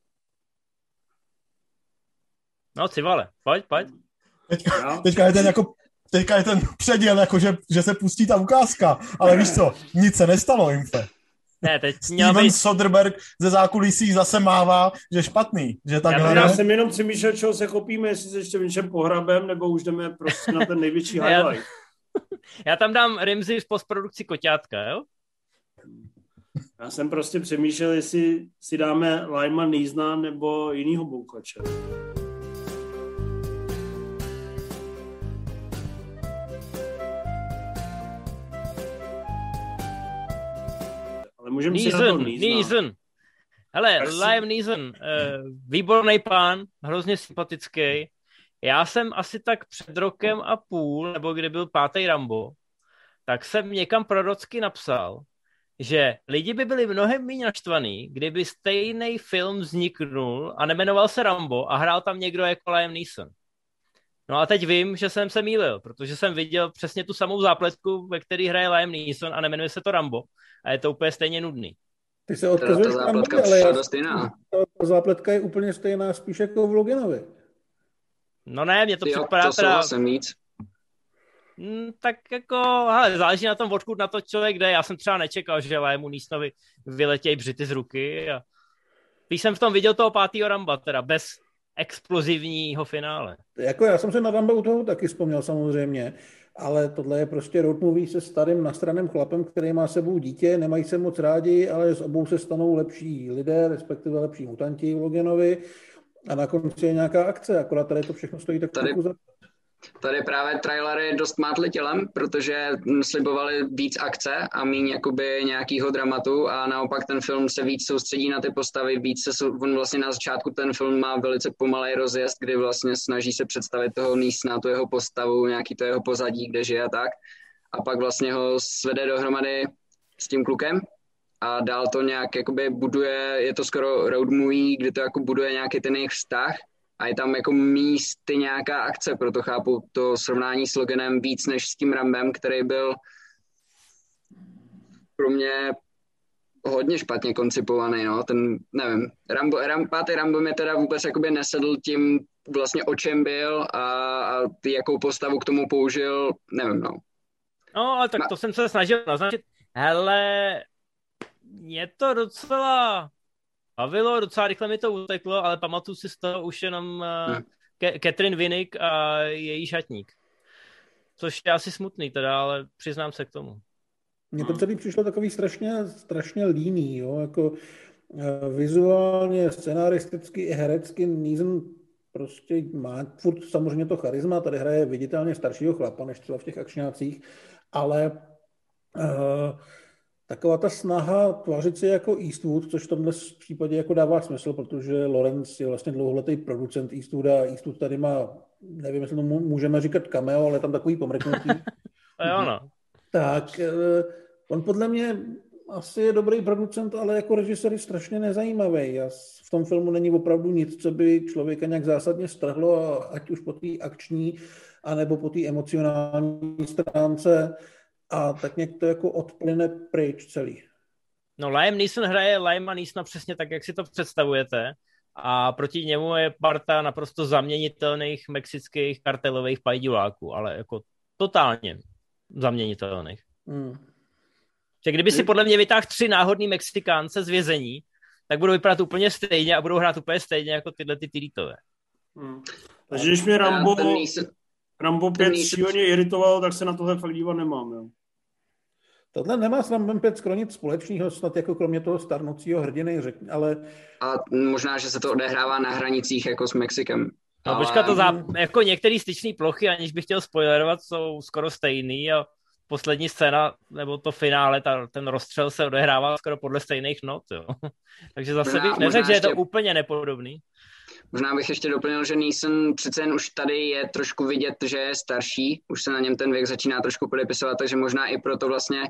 No, Civale, pojď, pojď. Teďka, teďka je ten jako... Teďka je ten předěl, jako že, že se pustí ta ukázka, ale víš co, nic se nestalo, Imfe. Ne, teď Steven být... Soderbergh ze zákulisí zase mává, že špatný, že takhle... Já, já jsem jenom přemýšlel, čeho se chopíme, jestli se ještě v něčem pohrabem, nebo už jdeme prostě na ten největší highlight. Já tam dám Rimzi v postprodukci koťátka, jo? Já jsem prostě přemýšlel, jestli si dáme Lima Neesona nebo jinýho boukače. Můžeme si na to Neeson. Hele, Liam Neeson, uh, výborný pán, hrozně sympatický. Já jsem asi tak před rokem a půl, nebo kdy byl pátý Rambo, tak jsem někam prorocky napsal, že lidi by byli mnohem méně naštvaný, kdyby stejný film vzniknul a nemenoval se Rambo a hrál tam někdo jako Liam Neeson. No a teď vím, že jsem se mýlil, protože jsem viděl přesně tu samou zápletku, ve které hraje Liam Neeson a nemenuje se to Rambo. A je to úplně stejně nudný. Ty se odkazuješ ta zápletka Rambo, ale já, stejná. Ta zápletka je úplně stejná spíš jako v Loganovi. No ne, mě to Ty připadá jo, to teda... jsem víc. Mm, tak jako, hele, záleží na tom, odkud na to člověk jde. Já jsem třeba nečekal, že Liamu Neesonovi vyletějí břity z ruky. A... Když jsem v tom viděl toho pátýho Ramba, teda bez explozivního finále. Jako já jsem se na Rambo u toho taky vzpomněl samozřejmě, ale tohle je prostě road movie se starým nastraným chlapem, který má sebou dítě, nemají se moc rádi, ale s obou se stanou lepší lidé, respektive lepší mutanti v Loganovi a na konci je nějaká akce, akorát tady to všechno stojí tak trochu za... Tady právě trailery dost mátly tělem, protože slibovali víc akce a míň jakoby nějakýho dramatu a naopak ten film se víc soustředí na ty postavy, víc se, on vlastně na začátku ten film má velice pomalej rozjezd, kdy vlastně snaží se představit toho Neesona, tu jeho postavu, nějaký to jeho pozadí, kde žije a tak a pak vlastně ho svede dohromady s tím klukem a dál to nějak jakoby buduje, je to skoro road movie, kdy to jako buduje nějaký ten jejich vztah. A je tam jako místy nějaká akce, proto chápu to srovnání s Loganem víc než s tím Rambem, který byl pro mě hodně špatně koncipovaný, no, ten, nevím, Rambo, Ram, pátý Rambo mi teda vůbec jakoby nesedl tím vlastně o čem byl a, a ty, jakou postavu k tomu použil, nevím, no. No, ale tak to jsem se snažil naznačit, hele, je to docela... bavilo, docela rychle mi to uteklo, ale pamatuju si z toho už jenom uh, hmm. Catherine Winnick a její šatník. Což je asi smutný teda, ale přiznám se k tomu. Mně to celý přišlo takový strašně, strašně líný, jo, jako uh, vizuálně, scenaristicky i herecky Neeson prostě má furt samozřejmě to charisma, tady hraje viditelně staršího chlapa, než třeba v těch akčňácích, ale uh, taková ta snaha tvářit se jako Eastwood, což v tomhle případě jako dává smysl, protože Lawrence je vlastně dlouholetý producent Eastwooda a Eastwood tady má, nevím, jestli to můžeme říkat cameo, ale tam takový pomrknutí. Jo, no. Tak on podle mě asi je dobrý producent, ale jako režisér je strašně nezajímavý. A v tom filmu není opravdu nic, co by člověka nějak zásadně strhlo, ať už po té akční, anebo po té emocionální stránce. A tak nějak to jako odplyne pryč celý. No Liam Neeson hraje Liama Neesona přesně tak, jak si to představujete. A proti němu je parta naprosto zaměnitelných mexických kartelových pajdiláků, ale jako totálně zaměnitelných. Hmm. Že kdyby si podle mě vytáhl tři náhodný Mexikánce z vězení, tak budou vypadat úplně stejně a budou hrát úplně stejně jako tyhle ty Tyrítové. Hmm. Takže když mě Rambo, Rambo pět šíleně iritovalo, tak se na tohle fakt dívat nemám. Jo. Tohle nemá s Rambem pět skoro nic společného, snad jako kromě toho starnoucího hrdiny, řekni, ale... A možná, že se to odehrává na hranicích jako s Mexikem. No ale... počkat, to za, jako některé styčné plochy, aniž bych chtěl spoilerovat, jsou skoro stejný a poslední scéna, nebo to finále, ta, ten rozstřel se odehrává skoro podle stejných not, jo. Takže zase možná, bych neřekl, že je to ještě... úplně nepodobný. Možná bych ještě doplnil, že Neeson přece jen už tady je trošku vidět, že je starší, už se na něm ten věk začíná trošku podepisovat, takže možná i proto vlastně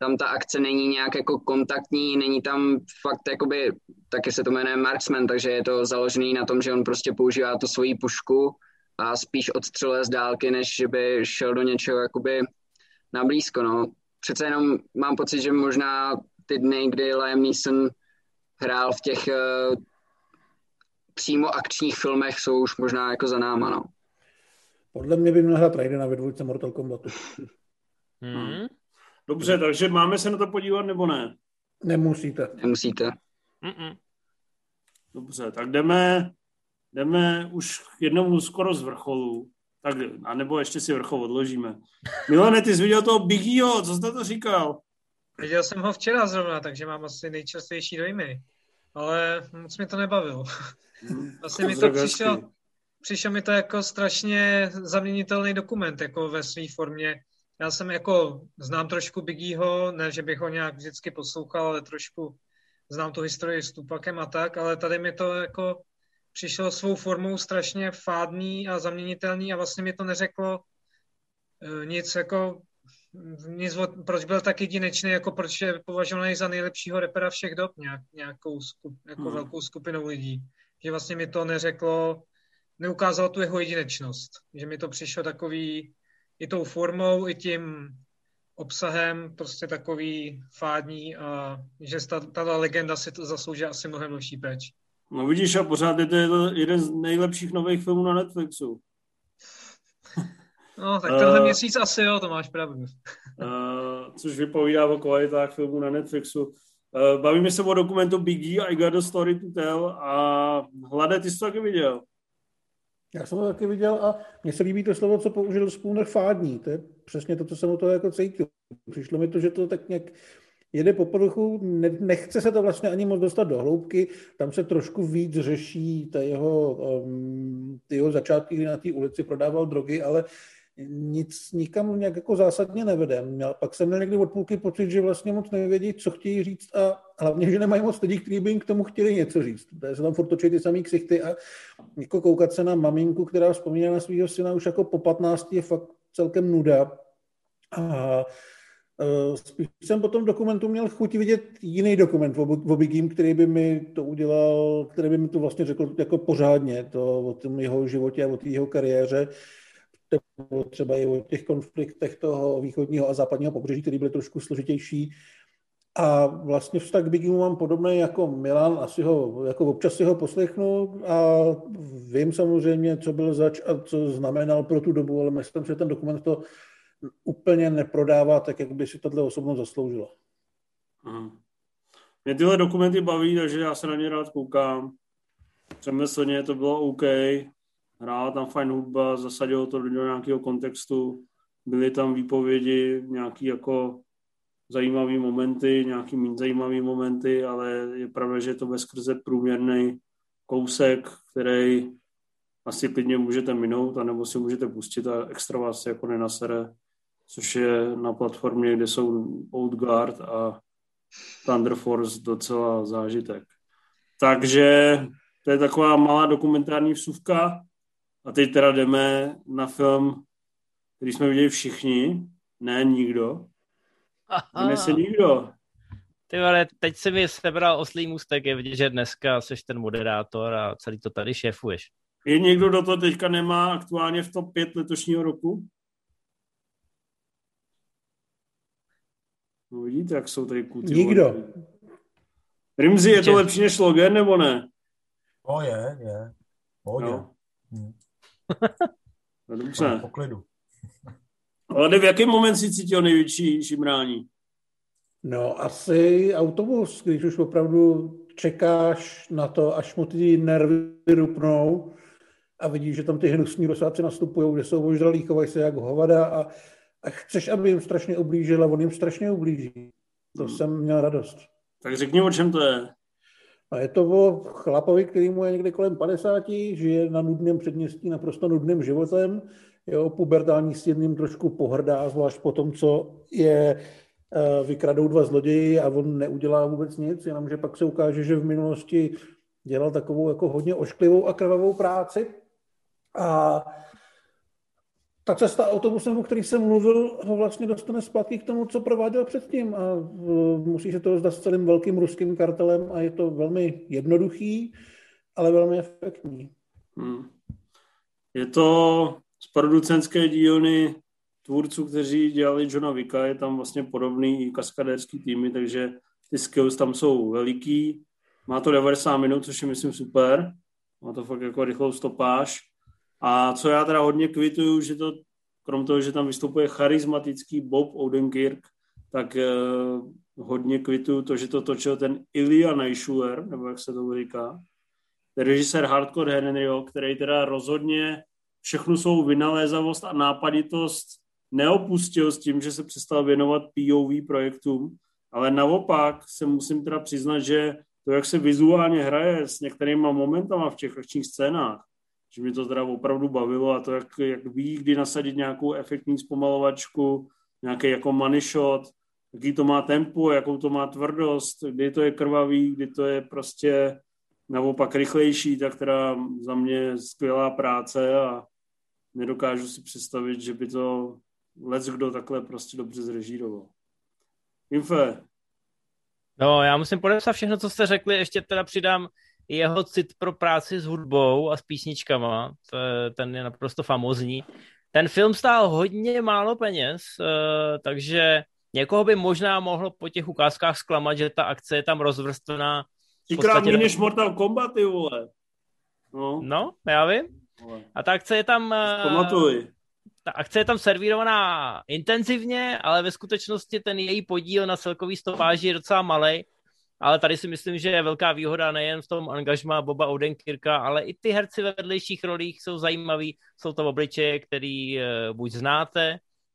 tam ta akce není nějak jako kontaktní, není tam fakt jakoby, taky se to jmenuje marksman, takže je to založený na tom, že on prostě používá tu svoji pušku a spíš odstřeluje z dálky, než že by šel do něčeho jakoby na blízko, no. Přece jenom mám pocit, že možná ty dny, kdy Liam Neeson hrál v těch uh, přímo akčních filmech, jsou už možná jako za náma, no. Podle mě by měl hrát Raidena ve dvojce Mortal Kombatu. Hmm. Dobře, takže máme se na to podívat, nebo ne? Nemusíte. Nemusíte. Mm-mm. Dobře, tak jdeme, jdeme už k jednomu skoro z vrcholu. Tak, a nebo ještě si vrchol odložíme. Milane, ty jsi viděl toho Biggieho, co jsi na to říkal? Viděl jsem ho včera zrovna, takže mám asi nejčerstvější dojmy. Ale moc mě to nebavilo. Vlastně mi to přišlo, přišlo mi to jako strašně zaměnitelný dokument, jako ve své formě. Já jsem jako, znám trošku Biggieho, ne, že bych ho nějak vždycky poslouchal, ale trošku znám tu historii s Tupakem a tak, ale tady mi to jako přišlo svou formou strašně fádný a zaměnitelný a vlastně mi to neřeklo uh, nic jako, nic, proč byl tak jedinečný, jako proč je považovaný za nejlepšího rapera všech dob, nějak, nějakou skup, jako hmm. velkou skupinou lidí. Že vlastně mi to neřeklo, neukázalo tu jeho jedinečnost. Že mi to přišlo takový i tou formou, i tím obsahem prostě takový fádní a že ta, ta legenda si to zaslouží asi mnohem lepší péč. No vidíš, a pořád je to jeden z nejlepších nových filmů na Netflixu. No, tak tenhle uh, měsíc asi jo, to máš pravdu. uh, což vypovídá o kvalitách filmů na Netflixu. Uh, bavíme se o dokumentu Biggie, I Got a Story to Tell a Hlade, ty jsi to taky viděl? Já jsem to taky viděl a mně se líbí to slovo, co použil Spooner, fádní. To je přesně to, co jsem o toho jako cítil. Přišlo mi to, že to tak nějak jede po povrchu, ne, nechce se to vlastně ani moc dostat do hloubky, tam se trošku víc řeší ta jeho, um, ty jeho začátky, kdy na té ulici prodával drogy, ale nic nikam nějak jako zásadně nevede. Měl, pak jsem měl někdy od půlky pocit, že vlastně moc nevědí, co chtějí říct a hlavně, že nemají moc lidí, kteří by jim k tomu chtěli něco říct. Tady se tam furt točí ty samý ksichty a jako koukat se na maminku, která vzpomíná na svého syna už jako po patnácti je fakt celkem nuda. A spíš jsem po tom dokumentu měl chuť vidět jiný dokument o Biggiem, který by mi to udělal, který by mi to vlastně řekl jako pořádně, to o tom jeho životě a o té jeho kariéře, třeba i o těch konfliktech toho východního a západního pobřeží, které byly trošku složitější. A vlastně vztah k Biggiemu mám podobný jako Milan, asi ho, jako občas si ho poslechnu a vím samozřejmě, co byl zač a co znamenal pro tu dobu, ale myslím, že ten dokument to úplně neprodává tak, jak by si tato osobnost zasloužila. Aha. Mě tyhle dokumenty baví, takže já se na ně rád koukám. Přemyslně to bylo OK. Hrála tam fajn hudba, zasadilo to do nějakého kontextu. Byly tam výpovědi, nějaký jako zajímavý momenty, nějaký méně zajímavý momenty, ale je pravda, že je to veskrze průměrný kousek, který asi klidně můžete minout, anebo si můžete pustit a extra vás jako nenasere, což je na platformě, kde jsou Old Guard a Thunder Force docela zážitek. Takže to je taková malá dokumentární vsuvka a teď teda jdeme na film, který jsme viděli všichni, ne nikdo. Jmenuje se nikdo. Ty vole, teď se mi sebral oslý můstek, je vidět, že dneska jsi ten moderátor a celý to tady šéfuješ. Je někdo, kdo to teďka nemá aktuálně v top pět letošního roku? No vidíte, jak jsou tady kuty. Nikdo. Rimzi, je to lepší než Logan, nebo ne? O je, je. O je. No. No dobře. Poklidu. Ale v jakém moment si cítil největší žimrání? No asi autobus, když už opravdu čekáš na to, až mu ty nervy rupnou a vidíš, že tam ty hnusní rosáci nastupují, kde jsou ožralí, chovají se jak hovada a, a chceš, aby jim strašně ublížil a on jim strašně ublíží. To hmm. jsem měl radost. Tak řekni, o čem to je. A je to o chlapovi, který mu je někde kolem padesáti, žije na nudném předměstí, naprosto nudným životem. Jeho pubertální s jedným trošku pohrdá, zvlášť po tom, co je vykradou dva zloději a on neudělá vůbec nic, jenomže pak se ukáže, že v minulosti dělal takovou jako hodně ošklivou a krvavou práci. A ta cesta autobusem, o který jsem mluvil, ho vlastně dostane zpátky k tomu, co prováděl předtím. A musí se to zdat s celým velkým ruským kartelem a je to velmi jednoduchý, ale velmi efektní. Hmm. Je to z producentské dílny tvůrců, kteří dělali Johna Wicka, je tam vlastně podobný i kaskadérský týmy, takže ty skills tam jsou veliký. Má to devadesát minut, což je myslím super. Má to fakt jako rychlou stopáž. A co já teda hodně kvituju, že to, krom toho, že tam vystupuje charismatický Bob Odenkirk, tak eh, hodně kvituju to, že to točil ten Ilya Naishuller, nebo jak se to říká, režisér Hardcore Henryho, který teda rozhodně všechnu svou vynalézavost a nápaditost neopustil s tím, že se přestal věnovat P O V projektům, ale naopak se musím teda přiznat, že to, jak se vizuálně hraje s některýma momentama v těch akčních scénách, že mi to teda opravdu bavilo a to, jak, jak ví, kdy nasadit nějakou efektní zpomalovačku, nějaký jako money shot, jaký to má tempo, jakou to má tvrdost, kdy to je krvavý, kdy to je prostě naopak rychlejší, tak teda za mě skvělá práce a nedokážu si představit, že by to leckdo takhle prostě dobře zrežíroval. Infe. No, já musím podepsat všechno, co jste řekli, ještě teda přidám jeho cit pro práci s hudbou a s písničkama, to, ten je naprosto famózní. Ten film stál hodně málo peněz, takže někoho by možná mohlo po těch ukázkách zklamat, že ta akce je tam rozvrstvená. Třikrát méně než Mortal Kombat, ty vole. No, no já vím. A ta akce je tam... Pamatuj. Ta akce je tam servírovaná intenzivně, ale ve skutečnosti ten její podíl na celkový stopáži je docela malej. Ale tady si myslím, že je velká výhoda nejen v tom angažmá Boba Odenkirka, ale i ty herci ve vedlejších rolích jsou zajímaví. Jsou to obličeje, který buď znáte,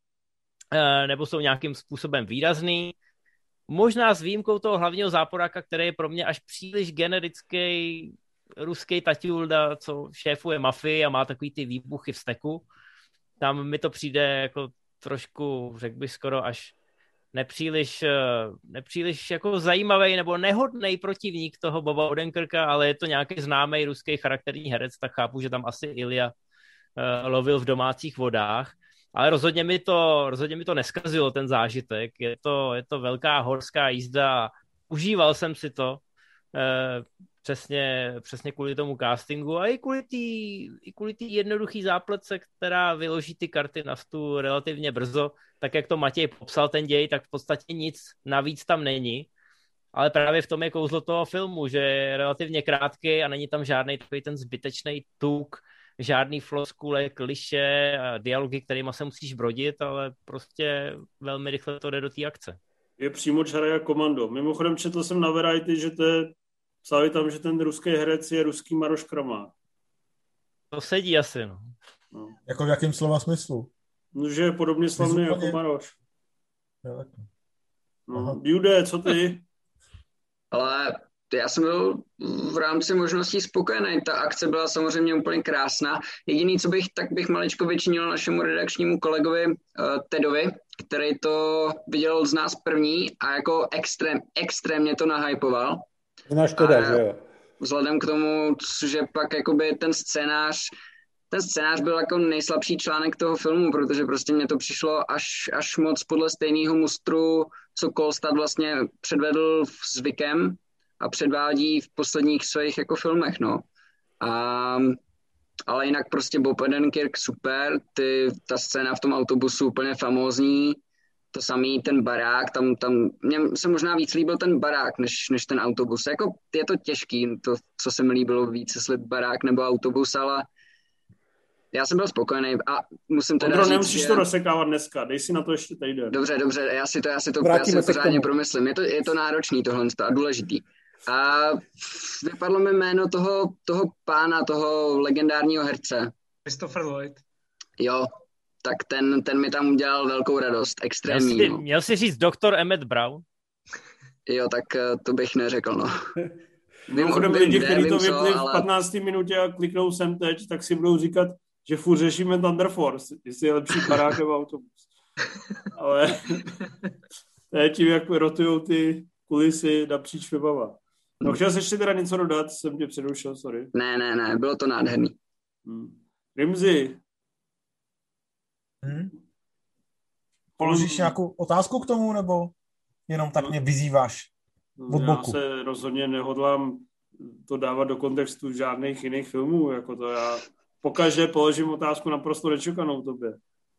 nebo jsou nějakým způsobem výrazný. Možná s výjimkou toho hlavního záporáka, který je pro mě až příliš generický ruský taťulda, co šéfuje mafii a má takový ty výbuchy v steku. Tam mi to přijde jako trošku, řekl bych skoro až nepříliš, nepříliš jako zajímavý nebo nehodnej protivník toho Boba Odenkirka, ale je to nějaký známý ruský charakterní herec, tak chápu, že tam asi Ilya uh, lovil v domácích vodách. Ale rozhodně mi to, rozhodně mi to neskazilo, ten zážitek. Je to, je to velká horská jízda. Užíval jsem si to eh, přesně, přesně kvůli tomu castingu a i kvůli té i kvůli té jednoduché zápletce, která vyloží ty karty na stůl relativně brzo. Tak jak to Matěj popsal ten děj, tak v podstatě nic navíc tam není. Ale právě v tom je kouzlo toho filmu, že je relativně krátký a není tam žádný takový ten zbytečný tuk, žádný floskule, kliše a dialogy, kterýma se musíš brodit, ale prostě velmi rychle to jde do té akce. Je přímo hraje komando. Mimochodem četl jsem na Variety, že to je, psali tam, že ten ruský herec je ruský Maroš Kramák. To sedí asi, no. no. Jako v jakém slova smyslu? No, že je podobně slavný jako Maroš. Jo, no. Jude, co ty? Ale já jsem byl v rámci možností spokojený. Ta akce byla samozřejmě úplně krásná. Jediný, co bych, tak bych maličko vyčinil našemu redakčnímu kolegovi uh, Tedovi, který to viděl z nás první a jako extrém, extrémně to nahypoval. Znáš Teda, že jo? Vzhledem k tomu, že pak jakoby ten scénář ten scénář byl jako nejslabší článek toho filmu, protože prostě mně to přišlo až, až moc podle stejného mustru, co Kolstad vlastně předvedl s Vickem a předvádí v posledních svých jako filmech, no. A, ale jinak prostě Bob Odenkirk super, ty, ta scéna v tom autobusu úplně famózní, to samý ten barák, tam, tam, mně se možná víc líbil ten barák, než, než ten autobus. Jako je to těžký, to, co se mi líbilo víc, jestli barák nebo autobus, ale já jsem byl spokojený a musím teda Ondro, říct, nemusíš že... to rozsekávat dneska, dej si na to ještě týden. Dobře, dobře, já si to, já si to, já si to pořádně promyslím. Je to, je to náročný tohle a důležitý. A vypadlo mi jméno toho, toho pána, toho legendárního herce. Christopher Lloyd. Jo, tak ten, ten mi tam udělal velkou radost, extrémní. Měl jsi, no. měl jsi říct doktor Emmett Brown? Jo, tak to bych neřekl, no. Mimochodem lidi, kteří to vypli v patnácté minutě a kliknou sem teď, tak si budou říkat, že furt řešíme Thunder Force, jestli je lepší barák nebo autobus. Ale to je tím, jak rotujou ty kulisy napříč Vybava. No, chtěl jsi ještě teda něco dodat, jsem tě předušel, sorry. Ne, ne, ne, bylo to nádherný. Hmm. Rimzi. Hmm. Položíš nějakou otázku k tomu, nebo jenom tak mě vyzýváš od boku? Já se rozhodně nehodlám to dávat do kontextu žádných jiných filmů, jako to já pokaždé položím otázku naprosto nečekanou tobě.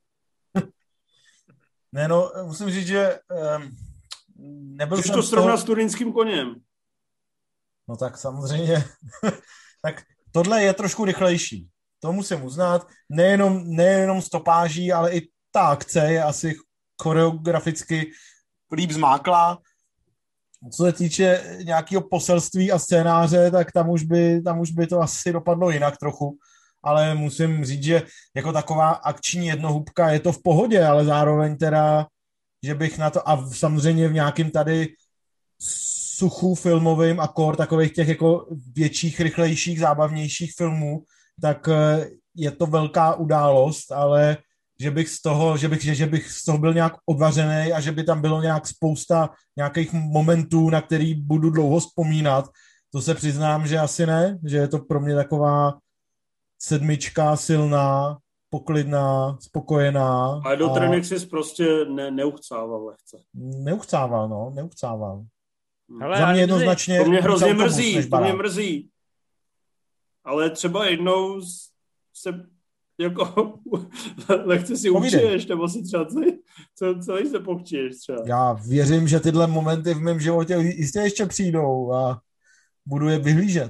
Ne, no, musím říct, že um, nebyl Chceš jsem to srovnat toho... s turínským koněm? No tak samozřejmě. Tak tohle je trošku rychlejší. To musím uznat. Nejenom, nejenom stopáží, ale i ta akce je asi choreograficky líp zmáklá. Co se týče nějakého poselství a scénáře, tak tam už by, tam už by to asi dopadlo jinak trochu. Ale musím říct, že jako taková akční jednohubka je to v pohodě, ale zároveň teda, že bych na to, a samozřejmě v nějakým tady suchu filmovým a kor takových těch jako větších, rychlejších, zábavnějších filmů, tak je to velká událost, ale že bych z toho, že bych, že, že bych z toho byl nějak odvařený a že by tam bylo nějak spousta nějakých momentů, na který budu dlouho vzpomínat, to se přiznám, že asi ne, že je to pro mě taková sedmička, silná, poklidná, spokojená. Ale do trenek jsi prostě ne, neuchcával lehce. Neuchcával, no, neuchcával. Hele, Za mě jednoznačně... To mě hrozně mrzí, to mě mrzí. Ale třeba jednou se jako lehce si učiješ, nebo si třeba celý, celý se pokčiješ třeba. Já věřím, že tyhle momenty v mém životě jistě ještě přijdou a budu je vyhlížet.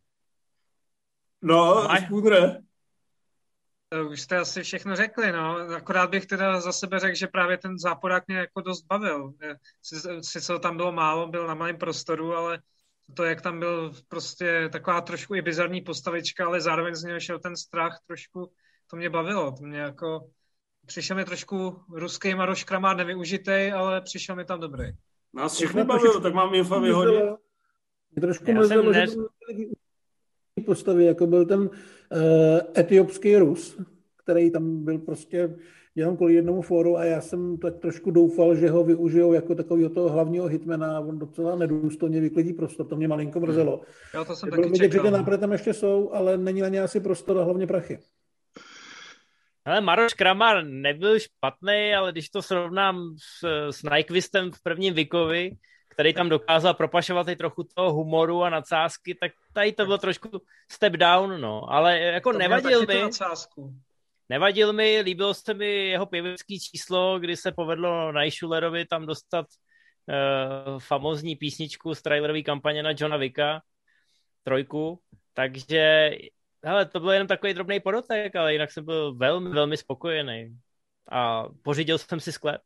No, skudre. Už jste asi všechno řekli, no. Akorát bych teda za sebe řekl, že právě ten Záporák mě jako dost bavil. Sice tam bylo málo, byl na malém prostoru, ale to, jak tam byl prostě taková trošku i bizarní postavička, ale zároveň z něho šel ten strach trošku, to mě bavilo. To mě jako, přišel mi trošku ruský Maroš Kramár nevyužitej, ale přišel mi tam dobrý. Nás všechny bavilo, tak mám info vyhodit. Mě trošku mrzelo, že postavy, jako byl ten uh, etiopský Rus, který tam byl prostě jenom kvůli jednomu fóru a já jsem tak trošku doufal, že ho využijou jako takového toho hlavního hitmana a on docela nedůstojně vyklidí prostor. To mě malinko mrzelo. Jo, to jsem bylo taky vidět, čekal. že ty nápady tam ještě jsou, ale není na ně asi prostor a hlavně prachy. Ale Maroš Kramár nebyl špatný, ale když to srovnám s, s Nyquistem v prvním Vickovi, který tam dokázal propašovat i trochu toho humoru a nadsázky, tak tady to bylo trošku step down, no. Ale jako to nevadil mi. Nevadil mi, líbilo se mi jeho pěvecký číslo, kdy se povedlo Najschulerovi tam dostat uh, famózní písničku z trailerové kampaně na Johna Wicka, trojku, takže hele, to byl jenom takový drobný podotek, ale jinak jsem byl velmi, velmi spokojený a pořídil jsem si sklep.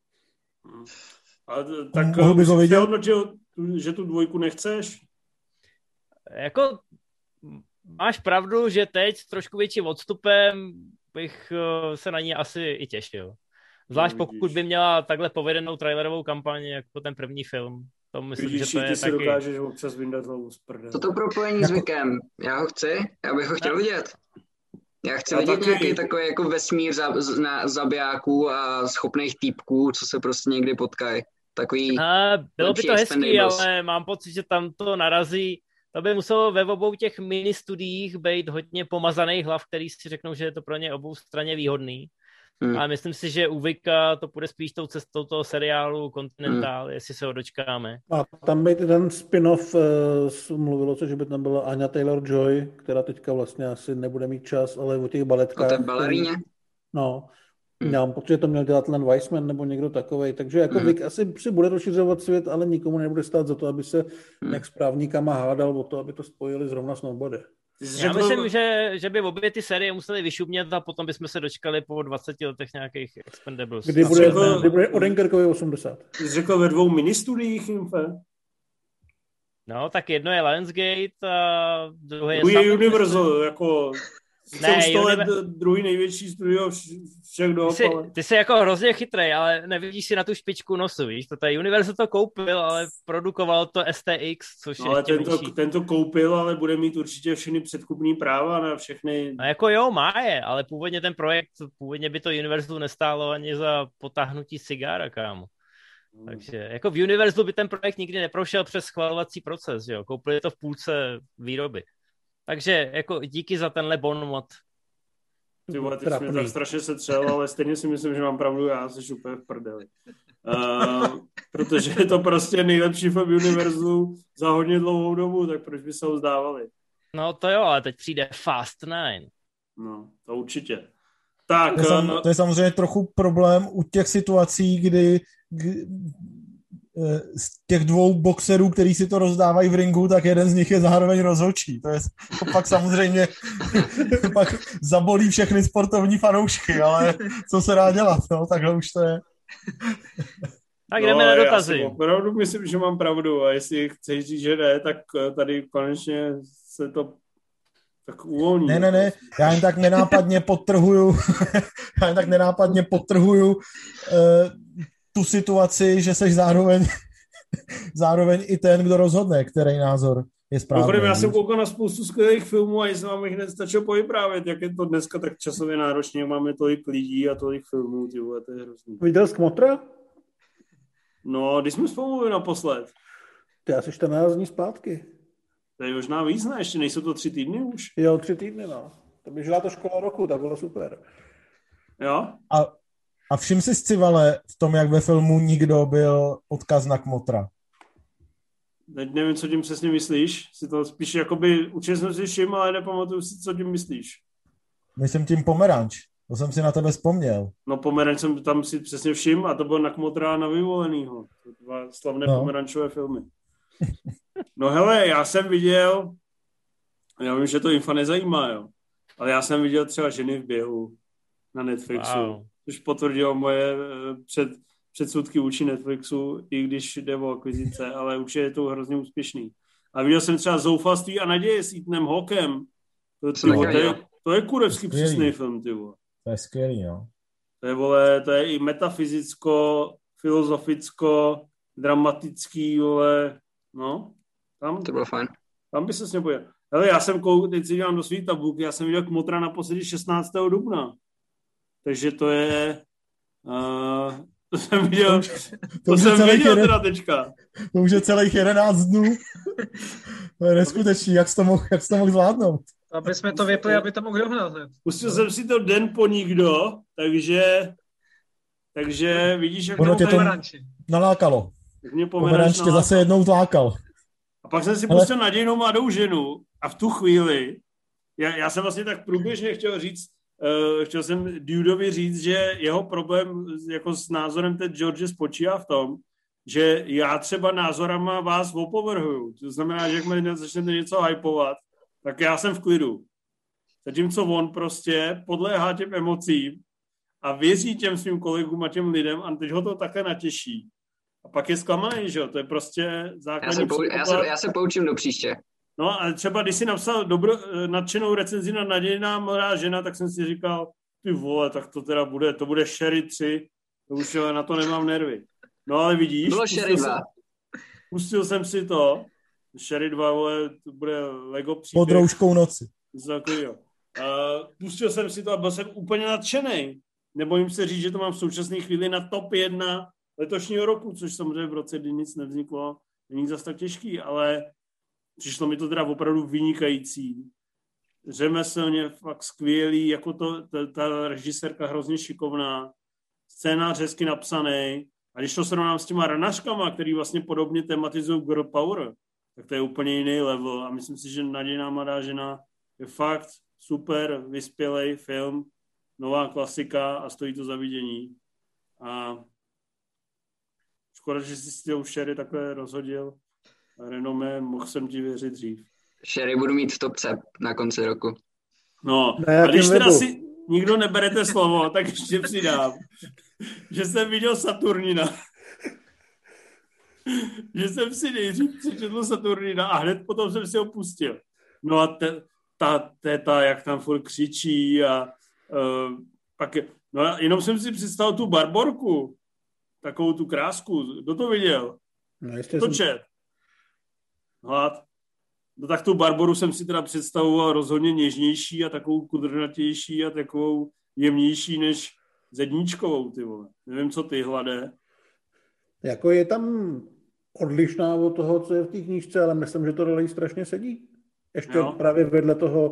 A tak bych hodnotil, že tu dvojku nechceš? Jako máš pravdu, že teď s trošku větším odstupem bych se na ní asi i těšil. Zvlášť no, pokud by měla takhle povedenou trailerovou kampaň jako ten první film. To myslím, vidíš, že to je ty si taky... dokážeš občas vyndat hlavu z prdele. To to propojení s Vickem. Já ho chci, já bych ho chtěl no. vidět. Já chci já vidět taky. nějaký takový jako vesmír za, na zabijáků a schopných týpků, co se prostě někdy potkají. Takový a, bylo by to hezký, ale mám pocit, že tam to narazí. To by muselo ve obou těch mini studiích být hodně pomazaných hlav, který si řeknou, že je to pro ně obou straně výhodný. Hmm. Ale myslím si, že u Vicka to půjde spíš tou cestou toho seriálu Continental, hmm. jestli se ho dočkáme. A tam by ten spin-off uh, mluvilo se, že by tam byla Anya Taylor-Joy, která teďka vlastně asi nebude mít čas, ale o těch baletkách. O té baleríně? Který... No. Hmm. Já mám pocit, že to měl dělat Len Wiseman nebo někdo takovej, takže jako hmm. Vic asi si bude rozšiřovat svět, ale nikomu nebude stát za to, aby se hmm. jak s právníkama hádal o to, aby to spojili zrovna s Nobody. Já myslím, že, že by obě ty série museli vyšumět a potom bychom se dočkali po dvaceti letech nějakých Expendables. Kdy bude, řekl, kdy bude Odenkerkovi osmdesát. Jsi řekl ve dvou ministudiích, Infe? No, tak jedno je Lionsgate a druhé je... Druhý je Universal, jako... Ne, sto let druhý největší studio všech dob, ty, jsi, ale... ty jsi jako hrozně chytrej, ale nevidíš si na tu špičku nosu, víš? Protože Universal to koupil, ale produkoval to S T X, což no, je ale ještě tento, menší. tento koupil, ale bude mít určitě všechny předkupní práva na všechny... No jako jo, má je, ale původně ten projekt, původně by to Universal nestálo ani za potáhnutí cigára, kámo. Hmm. Takže jako v Universalu by ten projekt nikdy neprošel přes schvalovací proces, jo? Koupili to v půlce výroby. Takže jako díky za tenhle bon mod. Ty vole, ty jsi mě tak strašně setřel, ale stejně si myslím, že mám pravdu, já jsi úplně v prdeli. Uh, protože je to prostě nejlepší film univerzu za hodně dlouhou dobu, tak proč by se ho zdávali? No to jo, ale teď přijde Fast Nine. No, to určitě. Tak, to, je sam, no... to je samozřejmě trochu problém u těch situací, kdy, kdy z těch dvou boxerů, který si to rozdávají v ringu, tak jeden z nich je zároveň rozhodčí. To je to pak samozřejmě pak zabolí všechny sportovní fanoušky, ale co se dá dělat, no, takhle už to je. Tak jdeme no, na dotazy. Já si opravdu myslím, že mám pravdu a jestli chceš říct, že ne, tak tady konečně se to tak uvolní. Ne, ne, ne, já jen tak nenápadně podtrhuju já jen tak nenápadně podtrhuju uh, tu situaci, že seš zároveň zároveň i ten, kdo rozhodne, který názor je správný. Pochodem, já jsem koukal na spoustu skvělých filmů a jsem vám jich nestačil povyprávět, jak je to dneska tak časově náročně, máme tolik lidí a tolik filmů, ty vole, to je hrozný. Viděl jsi Kmotra? No, když jsme spolu mluvili naposled. Ty asi čtrnáct dní zpátky. To je možná víc, ne? Ještě nejsou to tři týdny už? Jo, tři týdny, no. To běžela to škola roku, tak bylo super. Jo? A, a všim si Civale v tom, jak ve filmu nikdo byl odkaz na Kmotra. Teď nevím, co tím přesně myslíš. Si to spíš jakoby, určitě jsem si všim, ale nepamatuju si, co tím myslíš. Myslím tím Pomeranč. To jsem si na tebe vzpomněl. No Pomeranč jsem tam si přesně všim a to bylo na Kmotra a na Vyvolenýho. Dva slavné no. pomerančové filmy. No hele, já jsem viděl, já vím, že to Infa nezajímá, jo, ale já jsem viděl třeba Ženy v běhu na Netflixu, wow. Což potvrdilo moje před, předsudky vůči Netflixu, i když jde o akvizice, ale určitě je to hrozně úspěšný. A viděl jsem třeba Zoufalství a naděje s Ethanem Hawkem. To, ty, to, je, to je kurevsky přísný film, ty vole. To je skvělý, jo. To je, vole, to je i metafyzicko, filozoficko, dramatický, vole, no. Tam, to bylo fajn. Tam by se s ním pojel. Hele, já jsem kouk, teď si dělám do svých tabulky, já jsem viděl Kmotra naposledy šestnáctého dubna. Takže to je... Uh, to jsem viděl, to, to jsem viděl jeden, teda tečka. To už je celých jedenáct dnů. To je neskutečný, jak jsi to mohl, jak jsi to mohl zvládnout. Aby jsme to vypli, aby to mohl dohnat. Pustil jsem si to den po nikdo, takže... Takže vidíš, jak ono tě to nalákalo. Mě Pomeranč tě zase jednou zlákal. A pak jsem si pustil Ale... nadějnou mladou ženu a v tu chvíli, já, já jsem vlastně tak průběžně chtěl říct, uh, chtěl jsem Dudovi říct, že jeho problém jako s názorem té George spočívá v tom, že já třeba názorama vás opovrhuju. To znamená, že jak mě začnete něco hypovat, tak já jsem v klidu. Zatímco on prostě podléhá těm emocím a věří těm svým kolegům a těm lidem a teď ho to také natěší. A pak je zklamaný, že jo? To je prostě základní... Já se, pou, já, se, já se poučím do příště. No a třeba když si napsal dobro, nadšenou recenzi na Nadějná mladá žena, tak jsem si říkal, ty vole, tak to teda bude, to bude Sherry tři, to už na to nemám nervy. No ale vidíš... Bylo Sherry dva. Jsem, pustil jsem si to, Sherry dva, vole, to bude Lego příběh. Pod rouškou noci. Uh, pustil jsem si to a byl jsem úplně nadšenej. Nebojím se říct, že to mám v současné chvíli na top jedna letošního roku, což samozřejmě v roce, kdy nic nevzniklo, není zas tak těžký, ale přišlo mi to teda opravdu vynikající. Řemeslně fakt skvělý, jako to, ta, ta režisérka hrozně šikovná, scénář hezky napsaný. A když to srovnám s těma ranařkama, který vlastně podobně tematizují girl power, tak to je úplně jiný level. A myslím si, že Nadějná mladá žena je fakt super, vyspělej film, nová klasika a stojí to za vidění. A škoda, že jsi si to Sherry takhle rozhodil. Renomé, mohl jsem ti věřit dřív. Sherry budu mít v topce na konci roku. No, a když teda si nikdo neberete slovo, tak ještě přidám, že jsem viděl Saturnina. že jsem si nejdřív přečetl Saturnina a hned potom jsem si ho pustil. No a te, ta teta, jak tam furt křičí a uh, pak je, no a jenom jsem si představil tu Barborku, takovou tu krásku. Kdo to viděl? No, jistě to jsem... čet. Hlad. No tak tu Barboru jsem si teda představoval rozhodně něžnější a takovou kudrnatější a takovou jemnější než Zedníčkovou, ty vole. Nevím, co ty, Hlade. Jako je tam odlišná od toho, co je v té knížce, ale myslím, že to dole strašně sedí. Ještě jo. Právě vedle toho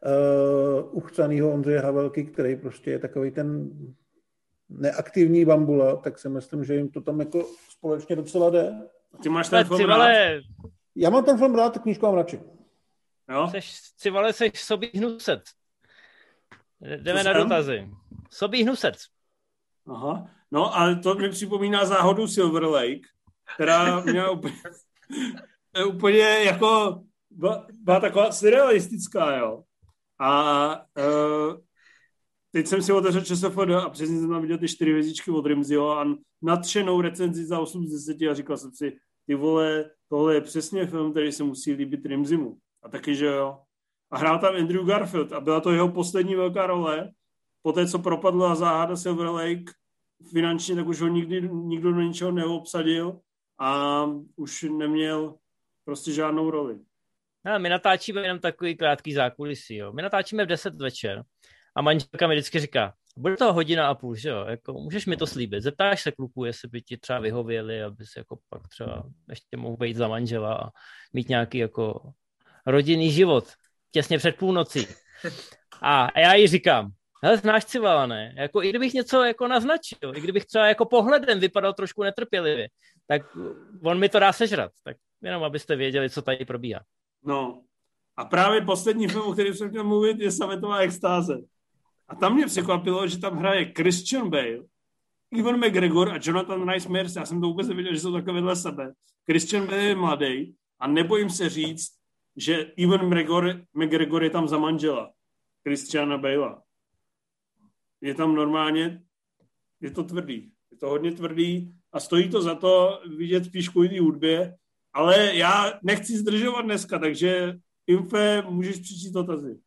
uh, uchcanýho Ondřeje Havelky, který prostě je takový ten neaktivní bambula, tak si myslím, že jim to tam jako společně docela jde. Ty máš ten film rád? Já mám ten film rád, tak knížku mám radši. Jo? Seš, Civale, seš sobý hnusec. Jdeme Co na jsem? dotazy. Sobý hnusec. Aha. No a to mi připomíná záhodu Silver Lake, která měla úplně, úplně jako byla, byla taková surrealistická, jo. A uh, teď jsem si otevřel ČSFD a přesně jsem tam viděl ty čtyři hvězdičky od Rimziho a nadšenou recenzi za osm z deseti a říkal jsem si, ty vole, tohle je přesně film, který se musí líbit Rimzimu. A taky, že jo. A hrál tam Andrew Garfield a byla to jeho poslední velká role. Poté, co propadla záhada Silver Lake finančně, tak už ho nikdy nikdo do ničeho neobsadil a už neměl prostě žádnou roli. No, my natáčíme jenom takový krátký zákulisí. Jo. My natáčíme v deset večer a manželka mi vždycky říká, bude to hodina a půl, že jo? Jako, můžeš mi to slíbit. Zeptáš se kluků, jestli by ti třeba vyhověli, aby si jako pak třeba ještě mohl být za manžela a mít nějaký jako rodinný život těsně před půlnocí. A já jí říkám, hele, znáš Civala, ne? Jako, i kdybych něco jako naznačil, i kdybych třeba jako pohledem vypadal trošku netrpělivě, tak on mi to dá sežrat. Tak jenom abyste věděli, co tady probíhá. No. A právě poslední film, o kterém jsem chtěl mluvit, je Sametová extáze. A tam mě překvapilo, že tam hraje Christian Bale, Ewan McGregor a Jonathan Rhys Meyers. Já jsem to vůbec nevěděl, že jsou takové vedle sebe. Christian Bale je mladý a nebojím se říct, že Ewan McGregor, McGregor je tam za manžela Christiana Balea. Je tam normálně, je to tvrdý. Je to hodně tvrdý a stojí to za to vidět spíš kvůli hudbě, ale já nechci zdržovat dneska, takže Infe, můžeš přečíst dotazy.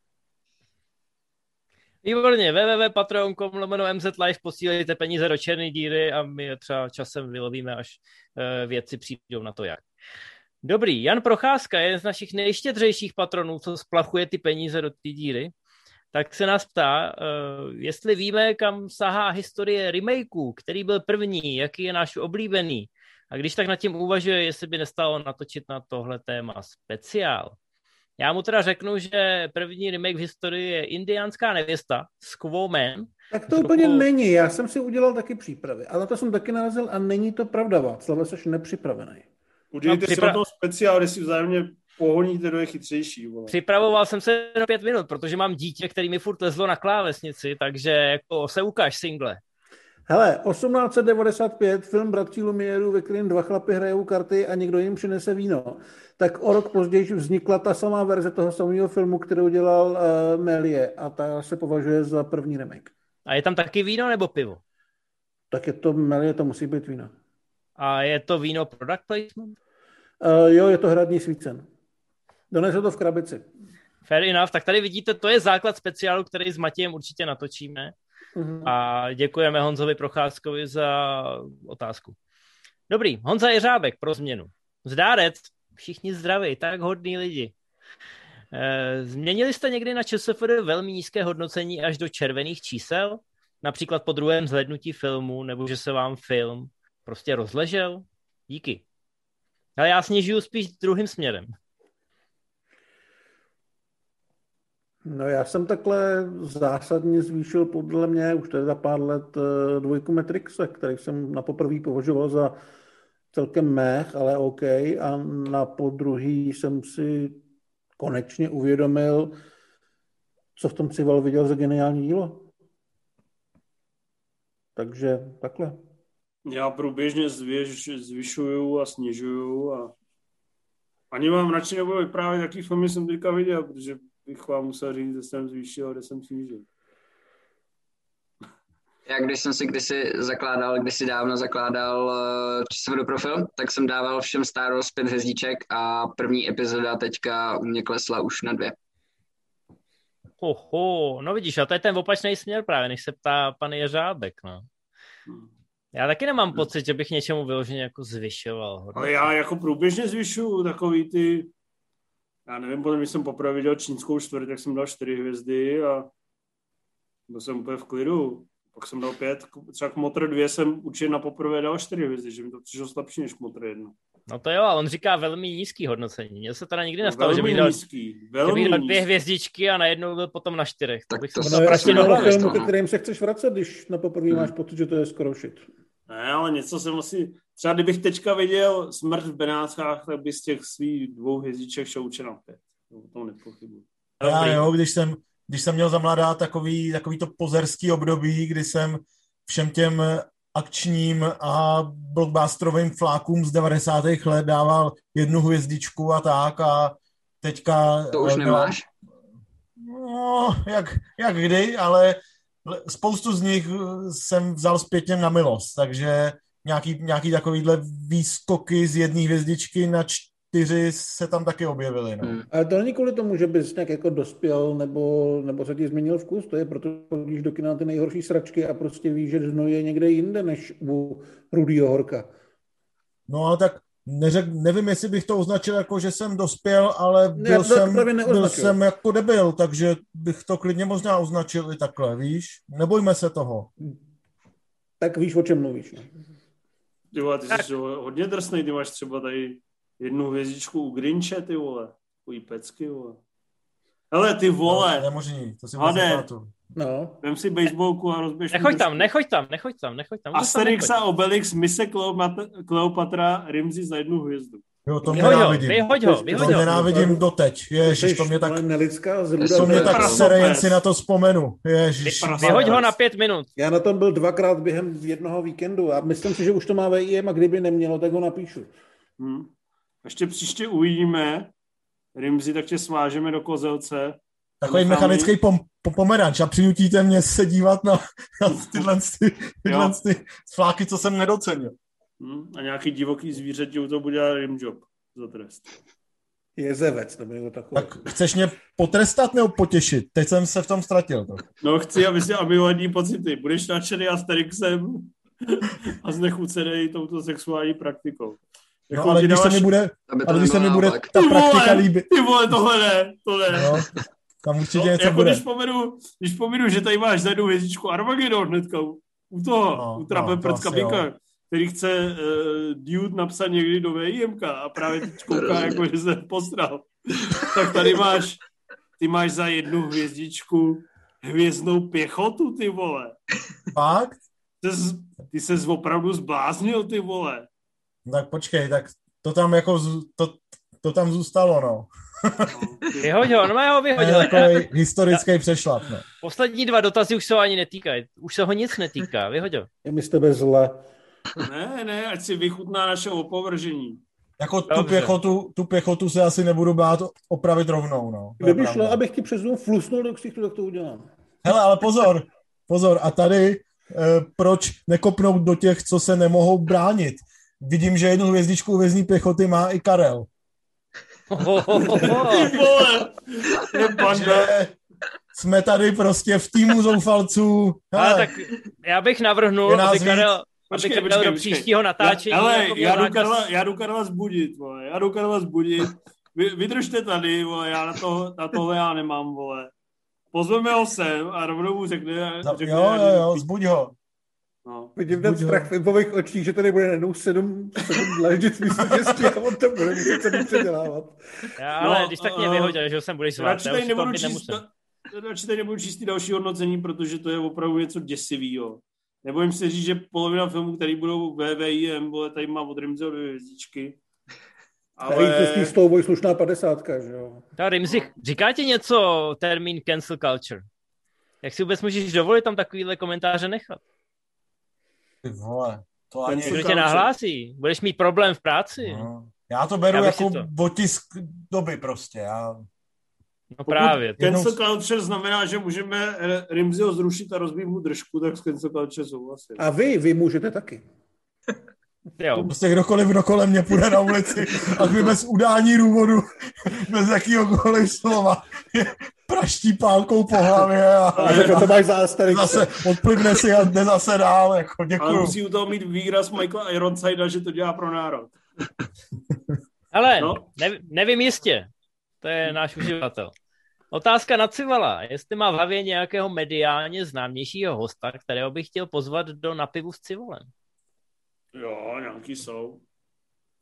Výborně, w w w tečka patreon tečka com lomeno m z live, posílejte peníze do černé díry a my je třeba časem vylovíme, až uh, vědci přijdou na to jak. Dobrý, Jan Procházka, jeden z našich nejštědřejších patronů, co splachuje ty peníze do té díry, tak se nás ptá, uh, jestli víme, kam sahá historie remakeů, který byl první, jaký je náš oblíbený. A když tak nad tím uvažuje, jestli by nestalo natočit na tohle téma speciál. Já mu teda řeknu, že první remake v historii je Indiánská nevěsta, Squaw Man. Tak to úplně roku... není, já jsem si udělal taky přípravy, ale to jsem taky narazil a není to pravda, Václav, jsi nepřipravený. Udělejte no, připra... si na toho speciál, kde si vzájemně pohoníte, kdo je chytřejší. Vole. Připravoval jsem se na pět minut, protože mám dítě, který mi furt lezlo na klávesnici, takže jako se ukáž single. Hele, osmnáct set devadesát pět, film Bratří Lumierů, ve kterém dva chlapy hrajou karty a někdo jim přinese víno. Tak o rok později vznikla ta samá verze toho samého filmu, kterou dělal uh, Méliès a ta se považuje za první remake. A je tam taky víno nebo pivo? Tak je to Méliès, to musí být víno. A je to víno product placement? Uh, jo, je to hradní svícen. Donesl to v krabici. Fair enough, tak tady vidíte, to je základ speciálu, který s Matějem určitě natočíme. Mm-hmm. A děkujeme Honzovi Procházkovi za otázku. Dobrý, Honza Jeřábek pro změnu. Zdárec, všichni zdraví, tak hodní lidi. E, změnili jste někdy na ČSFD velmi nízké hodnocení až do červených čísel? Například po druhém zhlédnutí filmu, nebo že se vám film prostě rozležel? Díky. Ale já snižuju spíš druhým směrem. No já jsem takhle zásadně zvýšil podle mě už tedy za pár let dvojku Matrixe, který jsem na poprvý považoval za celkem mech, ale OK. A na podruhý jsem si konečně uvědomil, co v tom Cival viděl za geniální dílo. Takže takhle. Já průběžně zvěž, zvyšuju a snižuju a ani vám radši nebudu vyprávět, jaký filmy jsem teďka viděl, protože bych vám musel říct, kde jsem zvýšil a kde jsem snížil. Já když jsem si kdysi zakládal, kdysi dávno zakládal uh, ČSFD profil, tak jsem dával všem Star Wars pět hvězdiček a první epizoda teďka u mě klesla už na dvě. Oho, no vidíš, a to je ten opačný směr právě, než se ptá pan Jeřábek, no. Já taky nemám pocit, že bych něčemu vyloženě jako zvyšoval. Hodně. Ale já jako průběžně zvyšuju takový ty, já nevím, potom když jsem poprvé viděl Čínskou čtvrť, tak jsem dal čtyři hvězdy a byl jsem úplně v klidu. Pak jsem dal pět, třeba k Motr dvě jsem určitě na poprvé dal čtyři hvězdy, že mi to přišlo slabší než k Motr jedna. No to jo, a on říká velmi nízký hodnocení. Mně se teda nikdy No, nestalo, že bych velmi dal, nízký, že velmi bych dal nízký. dvě hvězdičky a najednou byl potom na čtyřech. To Tak bych to se se No je prostě asi málo nebavit, filmů, ke no. kterým se chceš vracet, když na poprvé Hmm. máš pocit, že to je skoro shit. Ne, ale něco jsem asi... Třeba kdybych teďka viděl Smrt v Benátkách, tak by z těch svých dvou hvězdiček šel určitě na pět. O tom nepochybuji. Já jo, když jsem, když jsem měl za mladá takový, takový to pozerský období, kdy jsem všem těm akčním a blockbusterovým flákům z devadesátých let dával jednu hvězdičku a tak a teďka... To už nemáš? No, jak, jak kdy, ale spoustu z nich jsem vzal zpětně na milost, takže nějaký, nějaký takovýhle výskoky z jedné hvězdičky na čtyři se tam taky objevily. No. Hmm. Ale to není kvůli tomu, že bys nějak jako dospěl nebo, nebo se ti změnil vkus, to je proto, když do kina ty nejhorší sračky a prostě víš, že znoj je někde jinde než u Rudýho Horka. No ale tak neřek, nevím, jestli bych to označil jako, že jsem dospěl, ale Ne, byl, já to jsem, právě byl neoznačil. jsem jako debil, takže bych to klidně možná označil i takhle, víš? Nebojme se toho. Tak víš, o čem mluvíš. No. Ty vole, ty jsi hodně drsnej, ty máš třeba tady jednu hvězdičku u Grinche, ty vole. Takový pecky, vole. Hele, ty No, vole, nemožný, to si vůbec Hade. nepamatuju. No. vem si baseballku a rozběž mi Nechoď držku. tam, nechoď tam, nechoď tam, nechoď tam. Asterix a Obelix, mise Kleopatra, Kleopatra Rimzi za jednu hvězdu. Jo, to Vyhoď ho, nenávidím. vyhoď ho, To vyhoď ho. nenávidím doteď. Ježiš, to mě tak, Nelidská, to mě tak prasopes. sere, jen si na to vzpomenu. Ježiš. Vyprasopes. Vyhoď ho na pět minut. Já na tom byl dvakrát během jednoho víkendu a myslím si, že už to má V I M a kdyby nemělo, tak ho napíšu. Hm. Ještě příště uvidíme Rimzi, tak tě svážeme do kozelce. Takový Necháme- mechanický pom, pom, pomeranč a přinutíte mě se dívat na, na tyhle, ty, tyhle ty fláky, co jsem nedocenil. Hm. A nějaký divoký zvíře ti u toho bude dělat rimjob za trest. Jezevec, nebo někdo takový. Tak chceš mě potrestat nebo potěšit? Teď jsem se v tom ztratil. To. No chci, aby si ambivalentní pocity. Budeš nadšený Asterixem a znechucený touto sexuální praktikou. No ale když se mi bude, Aby to ale když se mi nebylo bude naopak. ta Ty praktika vole, líbit. ty vole, tohle ne, to ne. No, tam určitě No, něco jako bude. když pomenu, když pomenu, že tady máš za jednu hvězdičku Armageddon hnedka u, u toho, No, u Trape no, Prcka to asi Bika, jo. který chce uh, Dude napsat někdy do V I M ka a právě teď kouká, Rozumím. jako že se postral. Tak tady máš, ty máš za jednu hvězdičku hvězdnou pěchotu, ty vole. Fakt? Ty, z- ty ses opravdu zbláznil, ty vole. No, tak počkej, tak to tam jako, z- to, to tam zůstalo, no. Vyhoď ho, no ho To je vyhodil. takový historický přešlap, no. Poslední dva dotazy už se ho ani netýkají. Už se ho nic netýká, vyhoď ho. Je mi z tebe zle. Ne, ne, ať si vychutná naše opovržení. Jako tu Dobře. pěchotu, tu pěchotu se asi nebudu bát opravit rovnou, no. To je Kdyby pravda. šlo, abych ti přes dům flusnul do ksichtu, tak to udělám. Hele, ale pozor, pozor, a tady eh, proč nekopnout do těch, co se nemohou bránit? Vidím, že jednu hvězdičku hvězdní pěchoty má i Karel. Ty vole, je banda. Že jsme tady prostě v týmu zoufalců. Hele, Ale tak já bych Je navrhnul, nás aby víc. Karel, aby Počkej, Karel počkej, do počkej. příštího natáčení. Já, hele, jako měl já jdu, zákaz- Karla, já jdu Karla zbudit, vole. Já jdu Karla zbudit. Vy, vydržte tady, vole, já na, to, na tohle já nemám, vole. Pozveme ho sem a rovnou mu řekne... za- řekne jo, jo, jo, zbuď ho. No. Vidím ten Buď ho. strach v Ipových očích, že to nebude najednou sedm, sedm dlaždic místo šesti a on to bude muset se předělávat. Já, ale No, když tak mě uh, vyhodil, že ho sem budeš zvát. Radši Já tady už to nebudu být číst, nemusím. radši tady nebudu číst ty další hodnocení, protože to je opravdu něco děsivého. Nebojím se říct, že polovina filmů, které budou ve V I M, vole, tady má od Rimzeho dvě hvězdičky. Ale... Tady to Ale... s tou slušná padesátka, že jo. Ta Rimzi, říká ti něco termín cancel culture? Jak si vůbec můžeš dovolit tam takovýhle komentáře nechat? Ty vole, to Ten ani... si- Kdo tě culture. nahlásí? Budeš mít problém v práci? No, No. Já to beru Já bych jako si to- otisk doby prostě. Já... no právě. Jednou- Cancel culture znamená, že můžeme eh, Rimziho zrušit a rozbít mu držku, tak s cancel culture souhlasím. A vy, vy můžete taky. Jo. Prostě kdokoliv, kdo kolem mě půjde na ulici a mi bez udání důvodu, bez jakýhokoliv slova, praští pálkou po hlavě a, A řekl, to máš za a Asterixe. zase odplivne si a jde zase dál. Jako, Ale děkuju. musí u toho mít výraz Michaela Ironsidea, že to dělá pro národ. Ale No. ne, nevím jistě. To je náš uživatel. Otázka na Civala. Jestli má v hlavě nějakého mediálně známějšího hosta, kterého bych chtěl pozvat do Na pivu s Civolem. Jo, nějaký jsou.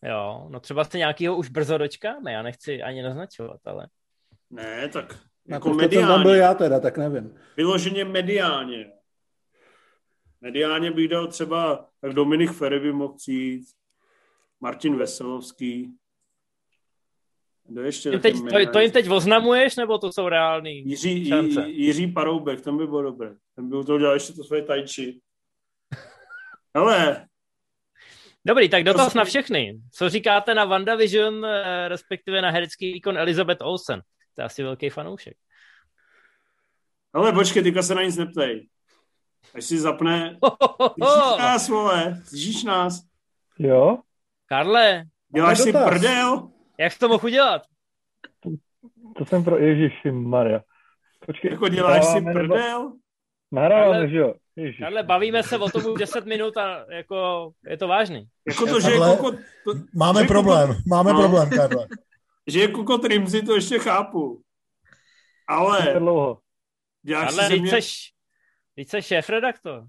Jo, no třeba se nějakýho už brzo dočkáme, já nechci ani naznačovat, ale... Ne, tak Jako jako mediálně. Tam byl mediálně. já teda, tak nevím. Vyloženě mediálně. Mediálně bych dal třeba, tak Dominik Feri by mohl přijít, Martin Veselovský. Kdo ještě Jim teď, to, to jim teď oznamuješ, nebo to jsou reální Jiří, šance? J, Jiří Paroubek, ten by byl dobrý. Ten by to dělal ještě to svoje tajči. Hele. Dobrý, tak dotaz na všechny. Co říkáte na WandaVision, respektive na herecký výkon Elizabeth Olsen? To je asi velký fanoušek. Ale počkej, teďka se na nic neptej. Až si zapne... Slyšíš nás, vole? Slyšíš nás? Jo? Karle. Děláš si prdel? Jak to mohl udělat? To, to jsem pro Ježíši Maria. Počkej. Jako děláš si prdel? Nebo... Nahráváme, že jo? Ježiš. Karle, bavíme se o tom už deset minut a jako je to vážný. Jako to, že je kokot... To, máme že problém, kokot, máme no, problém, Karle. Že je kokot Rimzy, to ještě chápu. Ale... Dlouho. Karle, teď seš, teď seš šéfredaktor.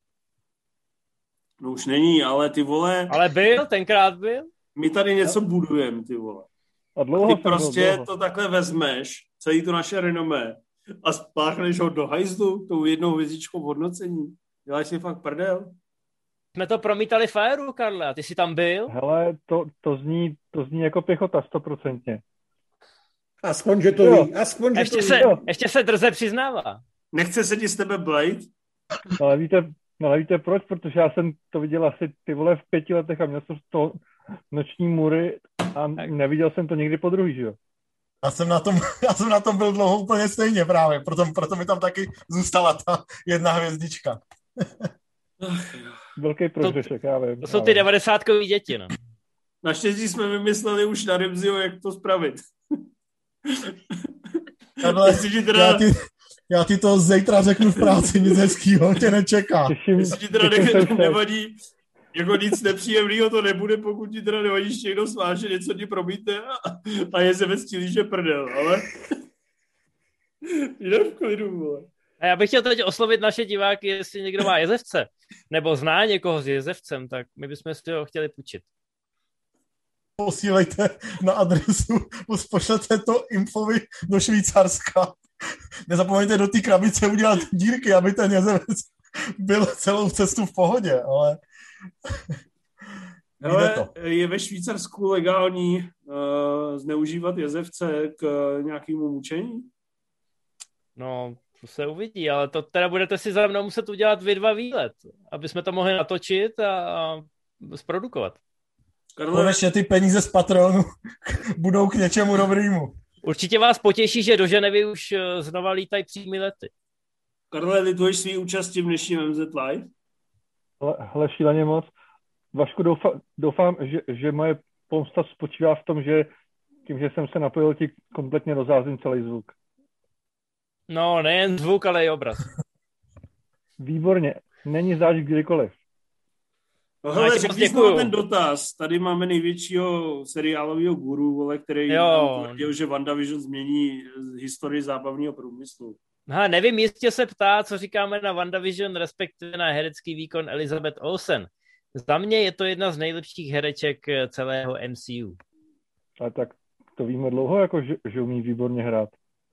No už není, ale ty vole... Ale byl, tenkrát byl. My tady něco budujeme, ty vole. A dlouho ty prostě dlouho. to takhle vezmeš, celý to naše renomé, a spáchneš ho do hajzlu, tou jednou hvězdičkou v hodnocení. Děláš si fakt prdel? Jsme to promítali Fairu, Karle, a ty jsi tam byl? Hele, to, to, zní, to zní jako pěchota, stoprocentně. Aspoň, že to ví. Aspoň, že ještě, to se, ví. ještě se drze přiznává. Nechce se ti z tebe Blade? Ale víte, ale víte proč? Protože já jsem to viděl asi ty vole v pěti letech a měl jsem z toho noční můry a neviděl jsem to nikdy po druhý, že jo? Já jsem, na tom, já jsem na tom byl dlouho úplně stejně právě, proto, proto mi tam taky zůstala ta jedna hvězdička. Velký prohřešek, já vím. To jsou ty devadesátkový děti, no. Naštěstí jsme vymysleli už na Rimziho, jak to spravit. Karle, teda... já, ti, já ti to zítra řeknu v práci, nic hezkýho tě nečeká. Těším, Jestli ti teda ne, nevadí, jako nic nepříjemného to nebude, pokud ti teda nevadí, že někdo sváže, něco ti probíte a, a je se ve stílí, že prdel, ale jde v klidu, vole. A já bych chtěl teď oslovit naše diváky, jestli někdo má jezevce, nebo zná někoho s jezevcem, tak my bychom si ho chtěli půjčit. Posílejte na adresu, pošlete to infovi do Švýcarska. Nezapomeňte do té krabice udělat dírky, aby ten jezevec byl celou cestu v pohodě, ale... Ale je ve Švýcarsku legální uh, zneužívat jezevce k uh, nějakému mučení? No, to se uvidí, ale to teda budete si za mnou muset udělat vy dva výlet, aby jsme to mohli natočit a, a zprodukovat. Karle... Konečně ty peníze z Patronu budou k něčemu dobrýmu. Určitě vás potěší, že do Ženevy už znova lítají přímý lety. Karle, lituješ svý účasti v dnešním M Z Live? Hele, hele šíleně moc. Vašku, doufám, doufám že, že moje pomsta spočívá v tom, že tím, že jsem se napojil, ti kompletně rozházím celý zvuk. No, nejen zvuk, ale i obraz. Výborně. Není záč kdykoliv. No, hele, řekni jsme ten dotaz. Tady máme největšího seriálového guru, vole, který tvrdil, že WandaVision změní historii zábavního průmyslu. Aha, nevím, jistě se ptá, co říkáme na WandaVision, respektive na herecký výkon Elizabeth Olsen. Za mě je to jedna z nejlepších hereček celého M C U. A tak to víme dlouho, jako, že, že umí výborně hrát.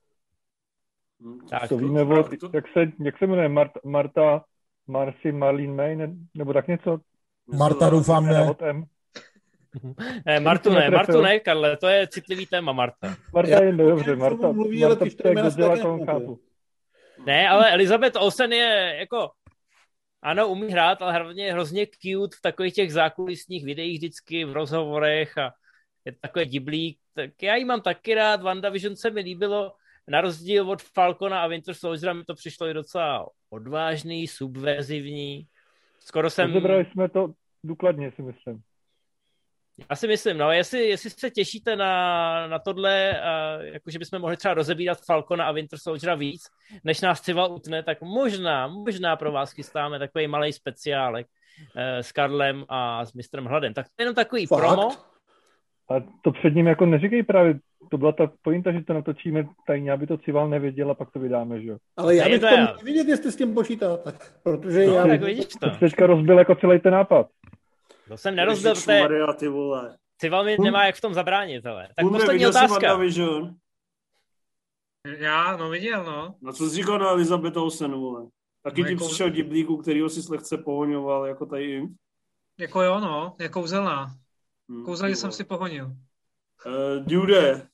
Tak, to víme, to, to... jak, se, jak se jmenuje, Marta, Marta Marcy Marlene May, ne, nebo tak něco? Marta, doufám, ne. ne Martu ne, Martu ne, Karle, to je citlivý téma, Marta. Marta je dobře, Marta, mluví, Marta, Marta Marta to chápu. Ne, ale Elizabeth Olsen je jako, ano, umí hrát, ale hlavně hrozně cute v takových těch zákulisních videích vždycky v rozhovorech a je takový diblík, tak já jí mám taky rád, WandaVision se mi líbilo, na rozdíl od Falcona a Winter Soldiera mi to přišlo i docela odvážný, subverzivní. Skoro jsem... Rozebrali jsme to důkladně, si myslím. Já si myslím, no, jestli, jestli se těšíte na, na tohle, uh, jakože bychom mohli třeba rozebírat Falcona a Winter Soldiera víc, než nás Cival utne, tak možná, možná pro vás chystáme takový malej speciálek uh, s Karlem a s mistrem Hladem. Tak to je jenom takový Fakt? promo. A to před ním jako neříkej právě, to byla ta pointa, že to natočíme tajně, aby to Cival nevěděl a pak to vydáme, že jo. Ale já bych to já. vidět, jestli s tím počítáte, protože no, já... Tak vidíš to. To teďka rozbil jako celý ten nápad. To jsem nerozbil, to je... Maria, ty vole. Cival mi nemá jak v tom zabránit, ale. Tak Půjme, poslední viděl jsi otázka. WandaVision? Já, no viděl, no. Na co jsi říkal na Elizabeth Olsen, vole? Taky No, ti jako- přišel diblíku, kterýho si lehce pohoňoval, jako tady jim. Jako jo, no, je kouzelná. Hmm, Kouzelně ty jsem vole. si pohonil. Uh, Dude,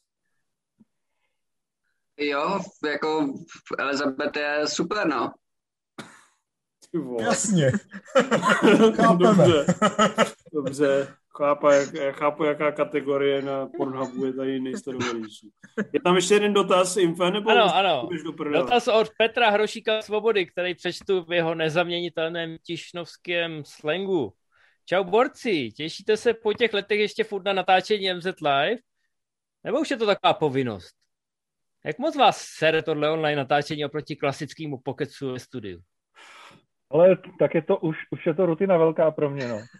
Jo, jako Elizabeth je super, no. ty vole. Jasně. Chápeme. Dobře, dobře. Chápu, jak, já chápu, jaká kategorie na Pornhubu je tady nejsledovanější. Je tam ještě jeden dotaz, Infe, nebo Ano, ano. půjdeš do prdele? Dotaz od Petra Hrošíka Svobody, který přečtu v jeho nezaměnitelném tišnovském slangu. Čau borci, těšíte se po těch letech ještě furt na natáčení M Z Live? Nebo už je to taková povinnost? Jak moc vás sere tohle online natáčení oproti klasickému pokecu ve studiu? Ale tak je to, už, už je to rutina velká pro mě, no.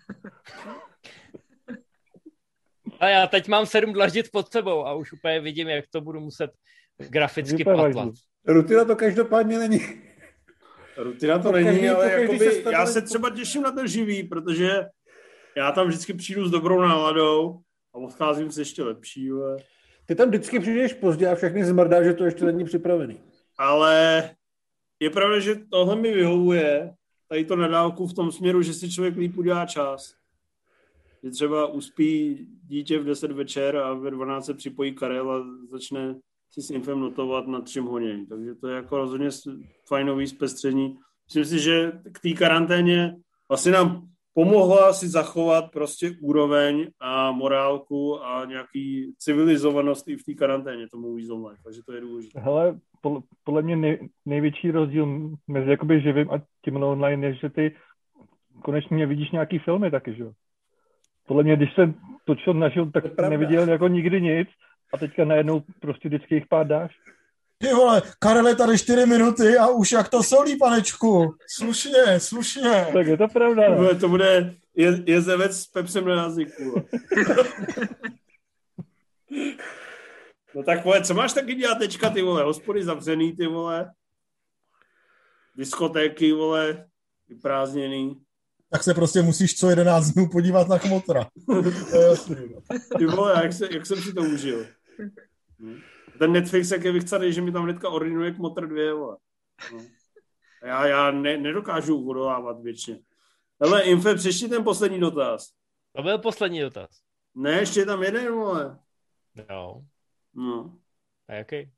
A já teď mám sedm dlaždic pod sebou a už úplně vidím, jak to budu muset graficky Vypadá patlat. to. Rutina to každopádně není. Rutina to Po není, každý- ale po každý jakoby, se já stavili- se třeba těším na ten živý, protože já tam vždycky přijdu s dobrou náladou a odcházím se ještě lepší, ale, Ty tam vždycky přijdeš pozdě a všechny zmrdá, že to ještě není připravený. ale je pravda, že tohle mi vyhovuje, tady to na dálku v tom směru, že si člověk líp udělá čas. Že třeba uspí dítě v deset večer a ve dvanáct se připojí Karel a začne si s infem notovat na třím honění. Takže to je jako rozhodně fajnový zpestření. Myslím si, že k té karanténě vlastně nám pomohla si zachovat prostě úroveň a morálku a nějaký civilizovanost i v té karanténě tomu Víz Online. Takže to je důležité. Hele, podle, podle mě nej, největší rozdíl mezi jakoby živým a tím online je, že ty konečně vidíš nějaký filmy taky, že jo? Podle mě, když jsem točil naživo, tak To je pravda. neviděl jako nikdy nic a teďka najednou prostě vždycky jich pár dáš. Ty vole, Karel je tady čtyři minuty a už jak to solí, panečku. Slušně, slušně. Tak je to pravda, To no. bude, to bude je, jezevec s pepsem na jazyku. No tak vole, co máš taky dělat teďka, ty vole? Hospody zavřený, ty vole. Diskotéky, vole, vyprázdněný. Tak se prostě musíš co jedenáct dnů podívat na Kmotra. To je jasný. Ty vole, jak, se, jak jsem si to užil. Hm. Ten Netflix, jak je vychcaný, že mi tam hnedka ordinuje Kmotr dva, vole. No. A Já, já ne, nedokážu odolávat věčně. Hele, Infe, přečti ten poslední dotaz. To byl poslední dotaz. Ne, ještě je tam jeden, vole. Jo. No. A jaký?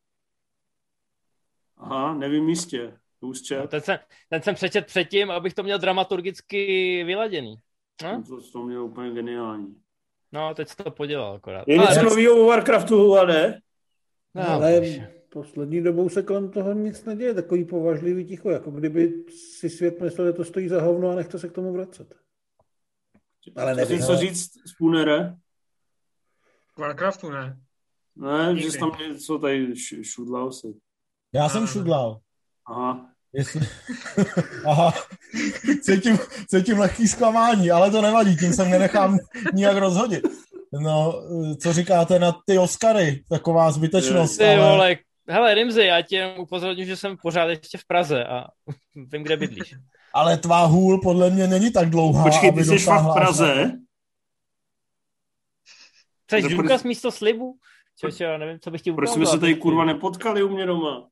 Aha, nevím místě. No, Úzče. ten, jsem, ten jsem přečet předtím, abych to měl dramaturgicky vyladěný. No, To, to mě úplně geniální. no teď jsi to podělal akorát. Je něco Ale- nového o Warcraftu, ale? No, Ale bože. poslední dobou se kolem toho nic neděje, takový považlivý ticho, jako kdyby si svět myslel, že to stojí za hovno a nechce se k tomu vracet. Ale Chci nevím. něco říct, Spoonere? Warcraftu ne. Ne, Nikdy. že jsi tam něco tady š- šudlal si. Já jsem Ano. šudlal. Aha. Jestli... Aha, cítím, cítím lehký zklamání, ale to nevadí, tím se nenechám nijak rozhodit. No, co říkáte na ty Oscary? Taková zbytečnost, Ty ale... vole, hele Rimzi, já tě jenom upozorňuji, že jsem pořád ještě v Praze a vím, kde bydlíš. ale tvá hůl podle mě není tak dlouhá, Počkej, ty aby jsi fakt v dosáhla až na- Praze? Chceš Zapr- důkaz místo slibu? Čeče, já nevím, co bych ti Proč ukázal. jsme se tady teď. kurva nepotkali u mě doma?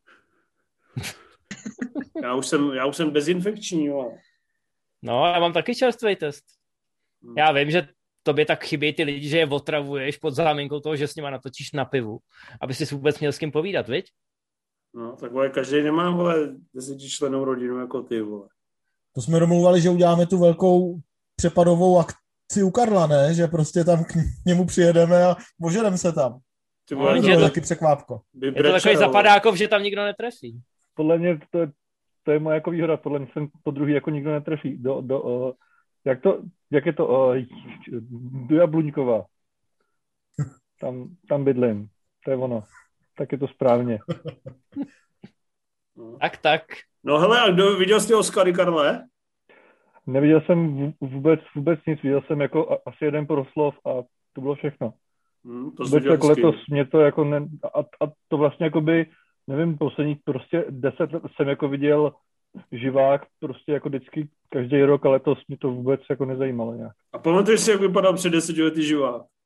Já už jsem, já už jsem bezinfekční, jo. No, já mám taky čerstvý test. Hmm. Já vím, že tobě tak chybí ty lidi, že je otravuješ pod záminkou toho, že s nima natočíš na pivu, aby si vůbec měl s kým povídat, viď? No, tak vole, každý nemá, vole, desetičlennou rodinu jako ty, vole. To jsme domluvali, že uděláme tu velkou přepadovou akci u Karla, ne? Že prostě tam k němu přijedeme a požereme se tam. Ty No, vole, jenže To je to- taky překvápko. by Je to takový brečel, zapadákov, že tam nikdo netrefí. Podle mě to je, to je moje jako výhoda, podle mě jsem po druhý jako nikdo netrefí. Do, do, uh, jak, to, jak je to? Uh, do Jabluňkova. Tam, tam bydlím. To je ono. Tak je to správně. No. Tak, tak. No hele, a kdo viděl jsi ty Oscary, Karle? Neviděl jsem vů- vůbec, vůbec nic, viděl jsem jako a- asi jeden proslov a to bylo všechno. Hm, to jsi Vůbec viděl jako hezky. letos mě to jako ne, a, a to vlastně jako by, nevím, posledních prostě deset let jsem jako viděl živák prostě jako vždycky každý rok, ale letos mě to vůbec jako nezajímalo nějak. A pamatuješ si, jak vypadal před deseti lety živák?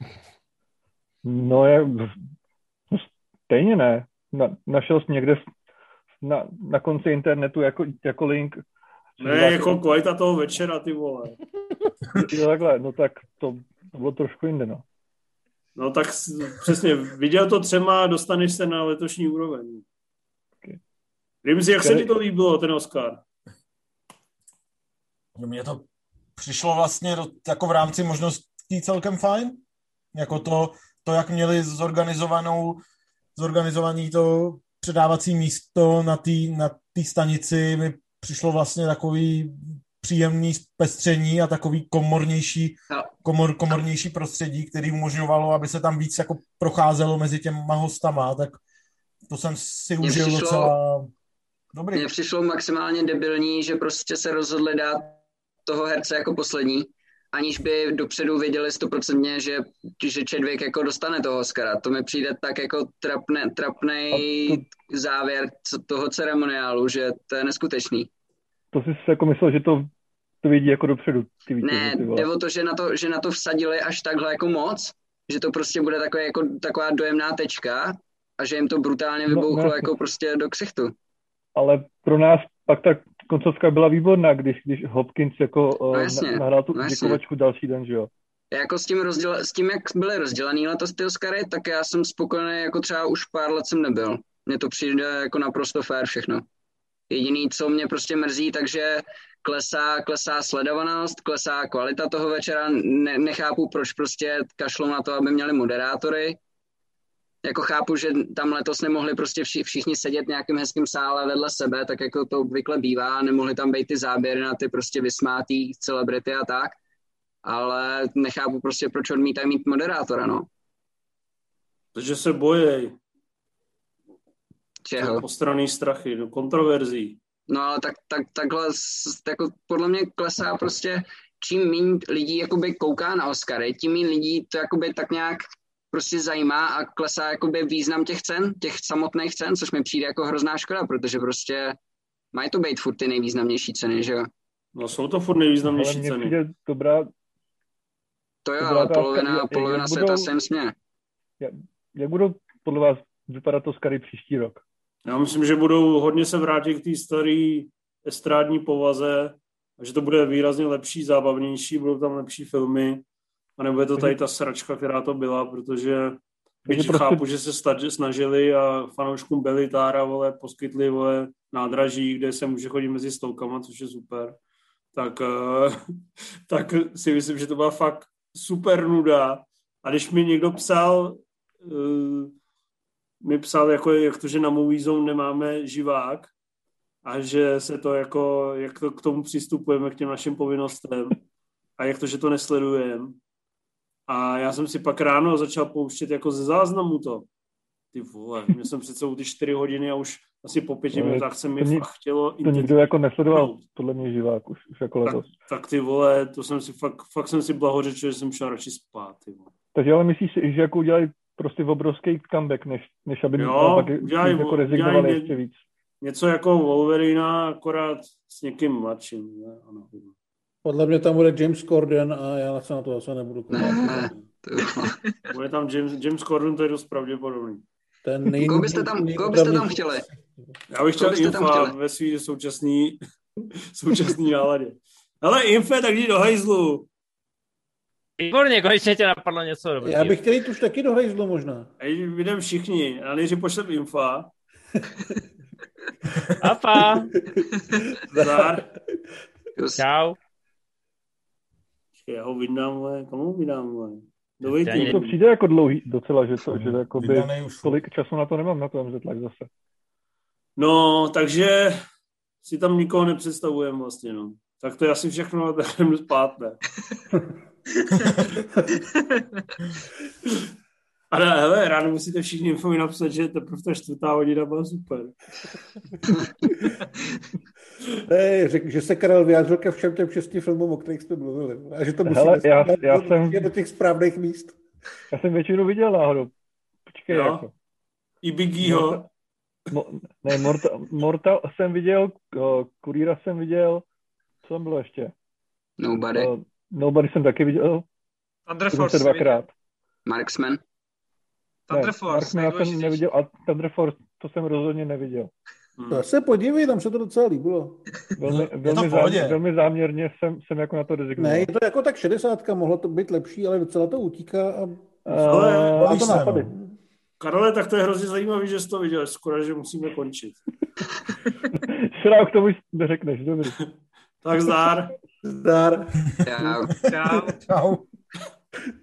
No, je, no stejně ne. Na, našel jsi někde na, na konci internetu jako, jako link. Ne, jako kvalita toho večera, ty vole. Jo, takhle, no tak to, to bylo trošku jinde, no. No tak přesně, viděl to třema, dostaneš se na letošní úroveň. Okay. Rimzi, jak se ti to líbilo, ten Oscar? Mně to přišlo vlastně do, jako v rámci možností celkem fajn. Jako to, to jak měli zorganizovanou, zorganizovaný to předávací místo na té na té stanici, mi přišlo vlastně takový příjemný zpestření a takový komornější, komor, komornější prostředí, který umožňovalo, aby se tam víc jako procházelo mezi těma hostama, tak to jsem si Mně užil přišlo, docela dobrý. Mně přišlo maximálně debilní, že prostě se rozhodli dát toho herce jako poslední, aniž by dopředu věděli stoprocentně, že, že Chadwick jako dostane toho Oscara. To mi přijde tak jako trapne, trapnej to... závěr toho ceremoniálu, že to je neskutečný. To jsi jako myslel, že to, to vidí jako dopředu. Ty víte, ne, jde o to, že na to, že na to vsadili až takhle jako moc, že to prostě bude takové, jako, taková dojemná tečka a že jim to brutálně vybouchlo no, jako prostě do ksichtu. Ale pro nás pak ta koncovka byla výborná, když, když Hopkins jako no jasně, nahrál tu no děkovačku další den, že jo? Jako s tím, rozděl, s tím, jak byly rozdělaný letos ty Oscary, tak já jsem spokojený, jako třeba už pár let jsem nebyl. Mně to přijde jako naprosto fair všechno. Jediný, co mě prostě mrzí, takže klesá, klesá sledovanost, klesá kvalita toho večera. Ne, nechápu, proč prostě kašlou na to, aby měli moderátory. Jako chápu, že tam letos nemohli prostě vši, všichni sedět v nějakém hezkém sále vedle sebe, tak jako to obvykle bývá. Nemohli tam být ty záběry na ty prostě vysmátý celebrity a tak. Ale nechápu prostě, proč odmítají mít moderátora, no. Takže se bojí. Čeho? Postranný strachy, no, kontroverzí. No ale tak, tak, takhle jako podle mě klesá prostě, čím méně lidí jakoby kouká na Oscary, tím méně lidí to jakoby tak nějak prostě zajímá a klesá jakoby význam těch cen, těch samotných cen, což mi přijde jako hrozná škoda, protože prostě mají to být furt ty nejvýznamnější ceny, že jo? No jsou to furt nejvýznamnější ceny. Přijde dobrá, to jo, ale polovina, jak, polovina jak světa budou, se jim směje. Jak, jak budou podle vás vypadat Oscary příští rok? Já myslím, že budou hodně se vrátit k té staré estrádní povaze a že to bude výrazně lepší, zábavnější, budou tam lepší filmy a nebude to tady ta sračka, která to byla, protože byť prostě... chápu, že se snažili a fanouškům Belitára, vole, poskytli, vole, nádraží, kde se může chodit mezi stoukama, což je super, tak, uh, tak si myslím, že to byla fakt super nuda. A když mi někdo psal, uh, mi psal, jako, jak to, že na Movie Zone nemáme živák a že se to jako, jak to k tomu přistupujeme, k těm našim povinnostem a jak to, že to nesledujeme. A já jsem si pak ráno začal pouštět jako ze záznamu to. Ty vole, měl jsem před sebou ty čtyři hodiny a už asi po pěti minutách se mi fakt chtělo... To nikdo jako nesledoval, podle mě živák už, už jako letos. Tak, tak ty vole, to jsem si fakt, fakt jsem si blahořečil, že jsem šel radši spát, ty vole. Takže ale myslíš si, že jako udělají prostě obrovský comeback, než, než aby jo, pak udělaj, jako rezignovali udělaj ještě víc. Něco jako Wolverina, akorát s někým mladším. Ne? Ano. Podle mě tam bude James Corden a já se na to zase nebudu koukat. Bude tam James, James Corden, to je dost pravděpodobný. Ten nej... Koho byste tam, koho byste tam chtěli? Já bych chtěl Infa ve svý současný, současný náladě. Ale Infe, tak jdi do hajzlu. Výborně, konečně tě napadlo něco dobrého. Já bych chtěl jít už taky do hajzlu možná. A jdem všichni. A nejdřív pošlem Infa. Apa. Zdar. Čau. Já ho vydám, vole. Komu vydám, vole? To přijde jako dlouhý docela, že to, že jakoby tolik času na to nemám, na to em zet Live zase. No, takže si tam nikoho nepředstavujeme vlastně, no. Tak to je asi všechno, ale tak jdem spát, ne? Ale hele, ráno musíte všichni infovi napsat, že teprve ta čtvrtá hodina byla super. Hej, řekl, že se Karel vyjádřil ke všem těm šesti filmům, o kterých jsme mluvili. A že to musíme hele, já, já do, jsem, do těch správných míst. Já jsem většinu viděl náhodou. Počkej, jo? Jako. I Biggieho. Mo, ne, Mortal, Mortal jsem viděl, uh, Kurýra jsem viděl, co tam bylo ještě? Nobody. Uh, Nobody jsem taky viděl. Thunder Force dvakrát. Marksman? Thunder Force, ne, já jsem neviděl, a Thunder Force, to jsem rozhodně neviděl. To se podívej, tam se to docela líbilo. Velmi, to velmi, v pohodě. záměr, velmi záměrně jsem, jsem jako na to rezignoval. Ne, je to jako tak šedesátka, mohlo to být lepší, ale docela to utíká a, Uh, a to se, nápady. no. Karole, tak to je hrozně zajímavý, že jsi to viděl. Skoro, že musíme končit. Škoda, k tomu neřekneš, dobrý. Tak zdár. Zdar. Čau. Čau. Čau.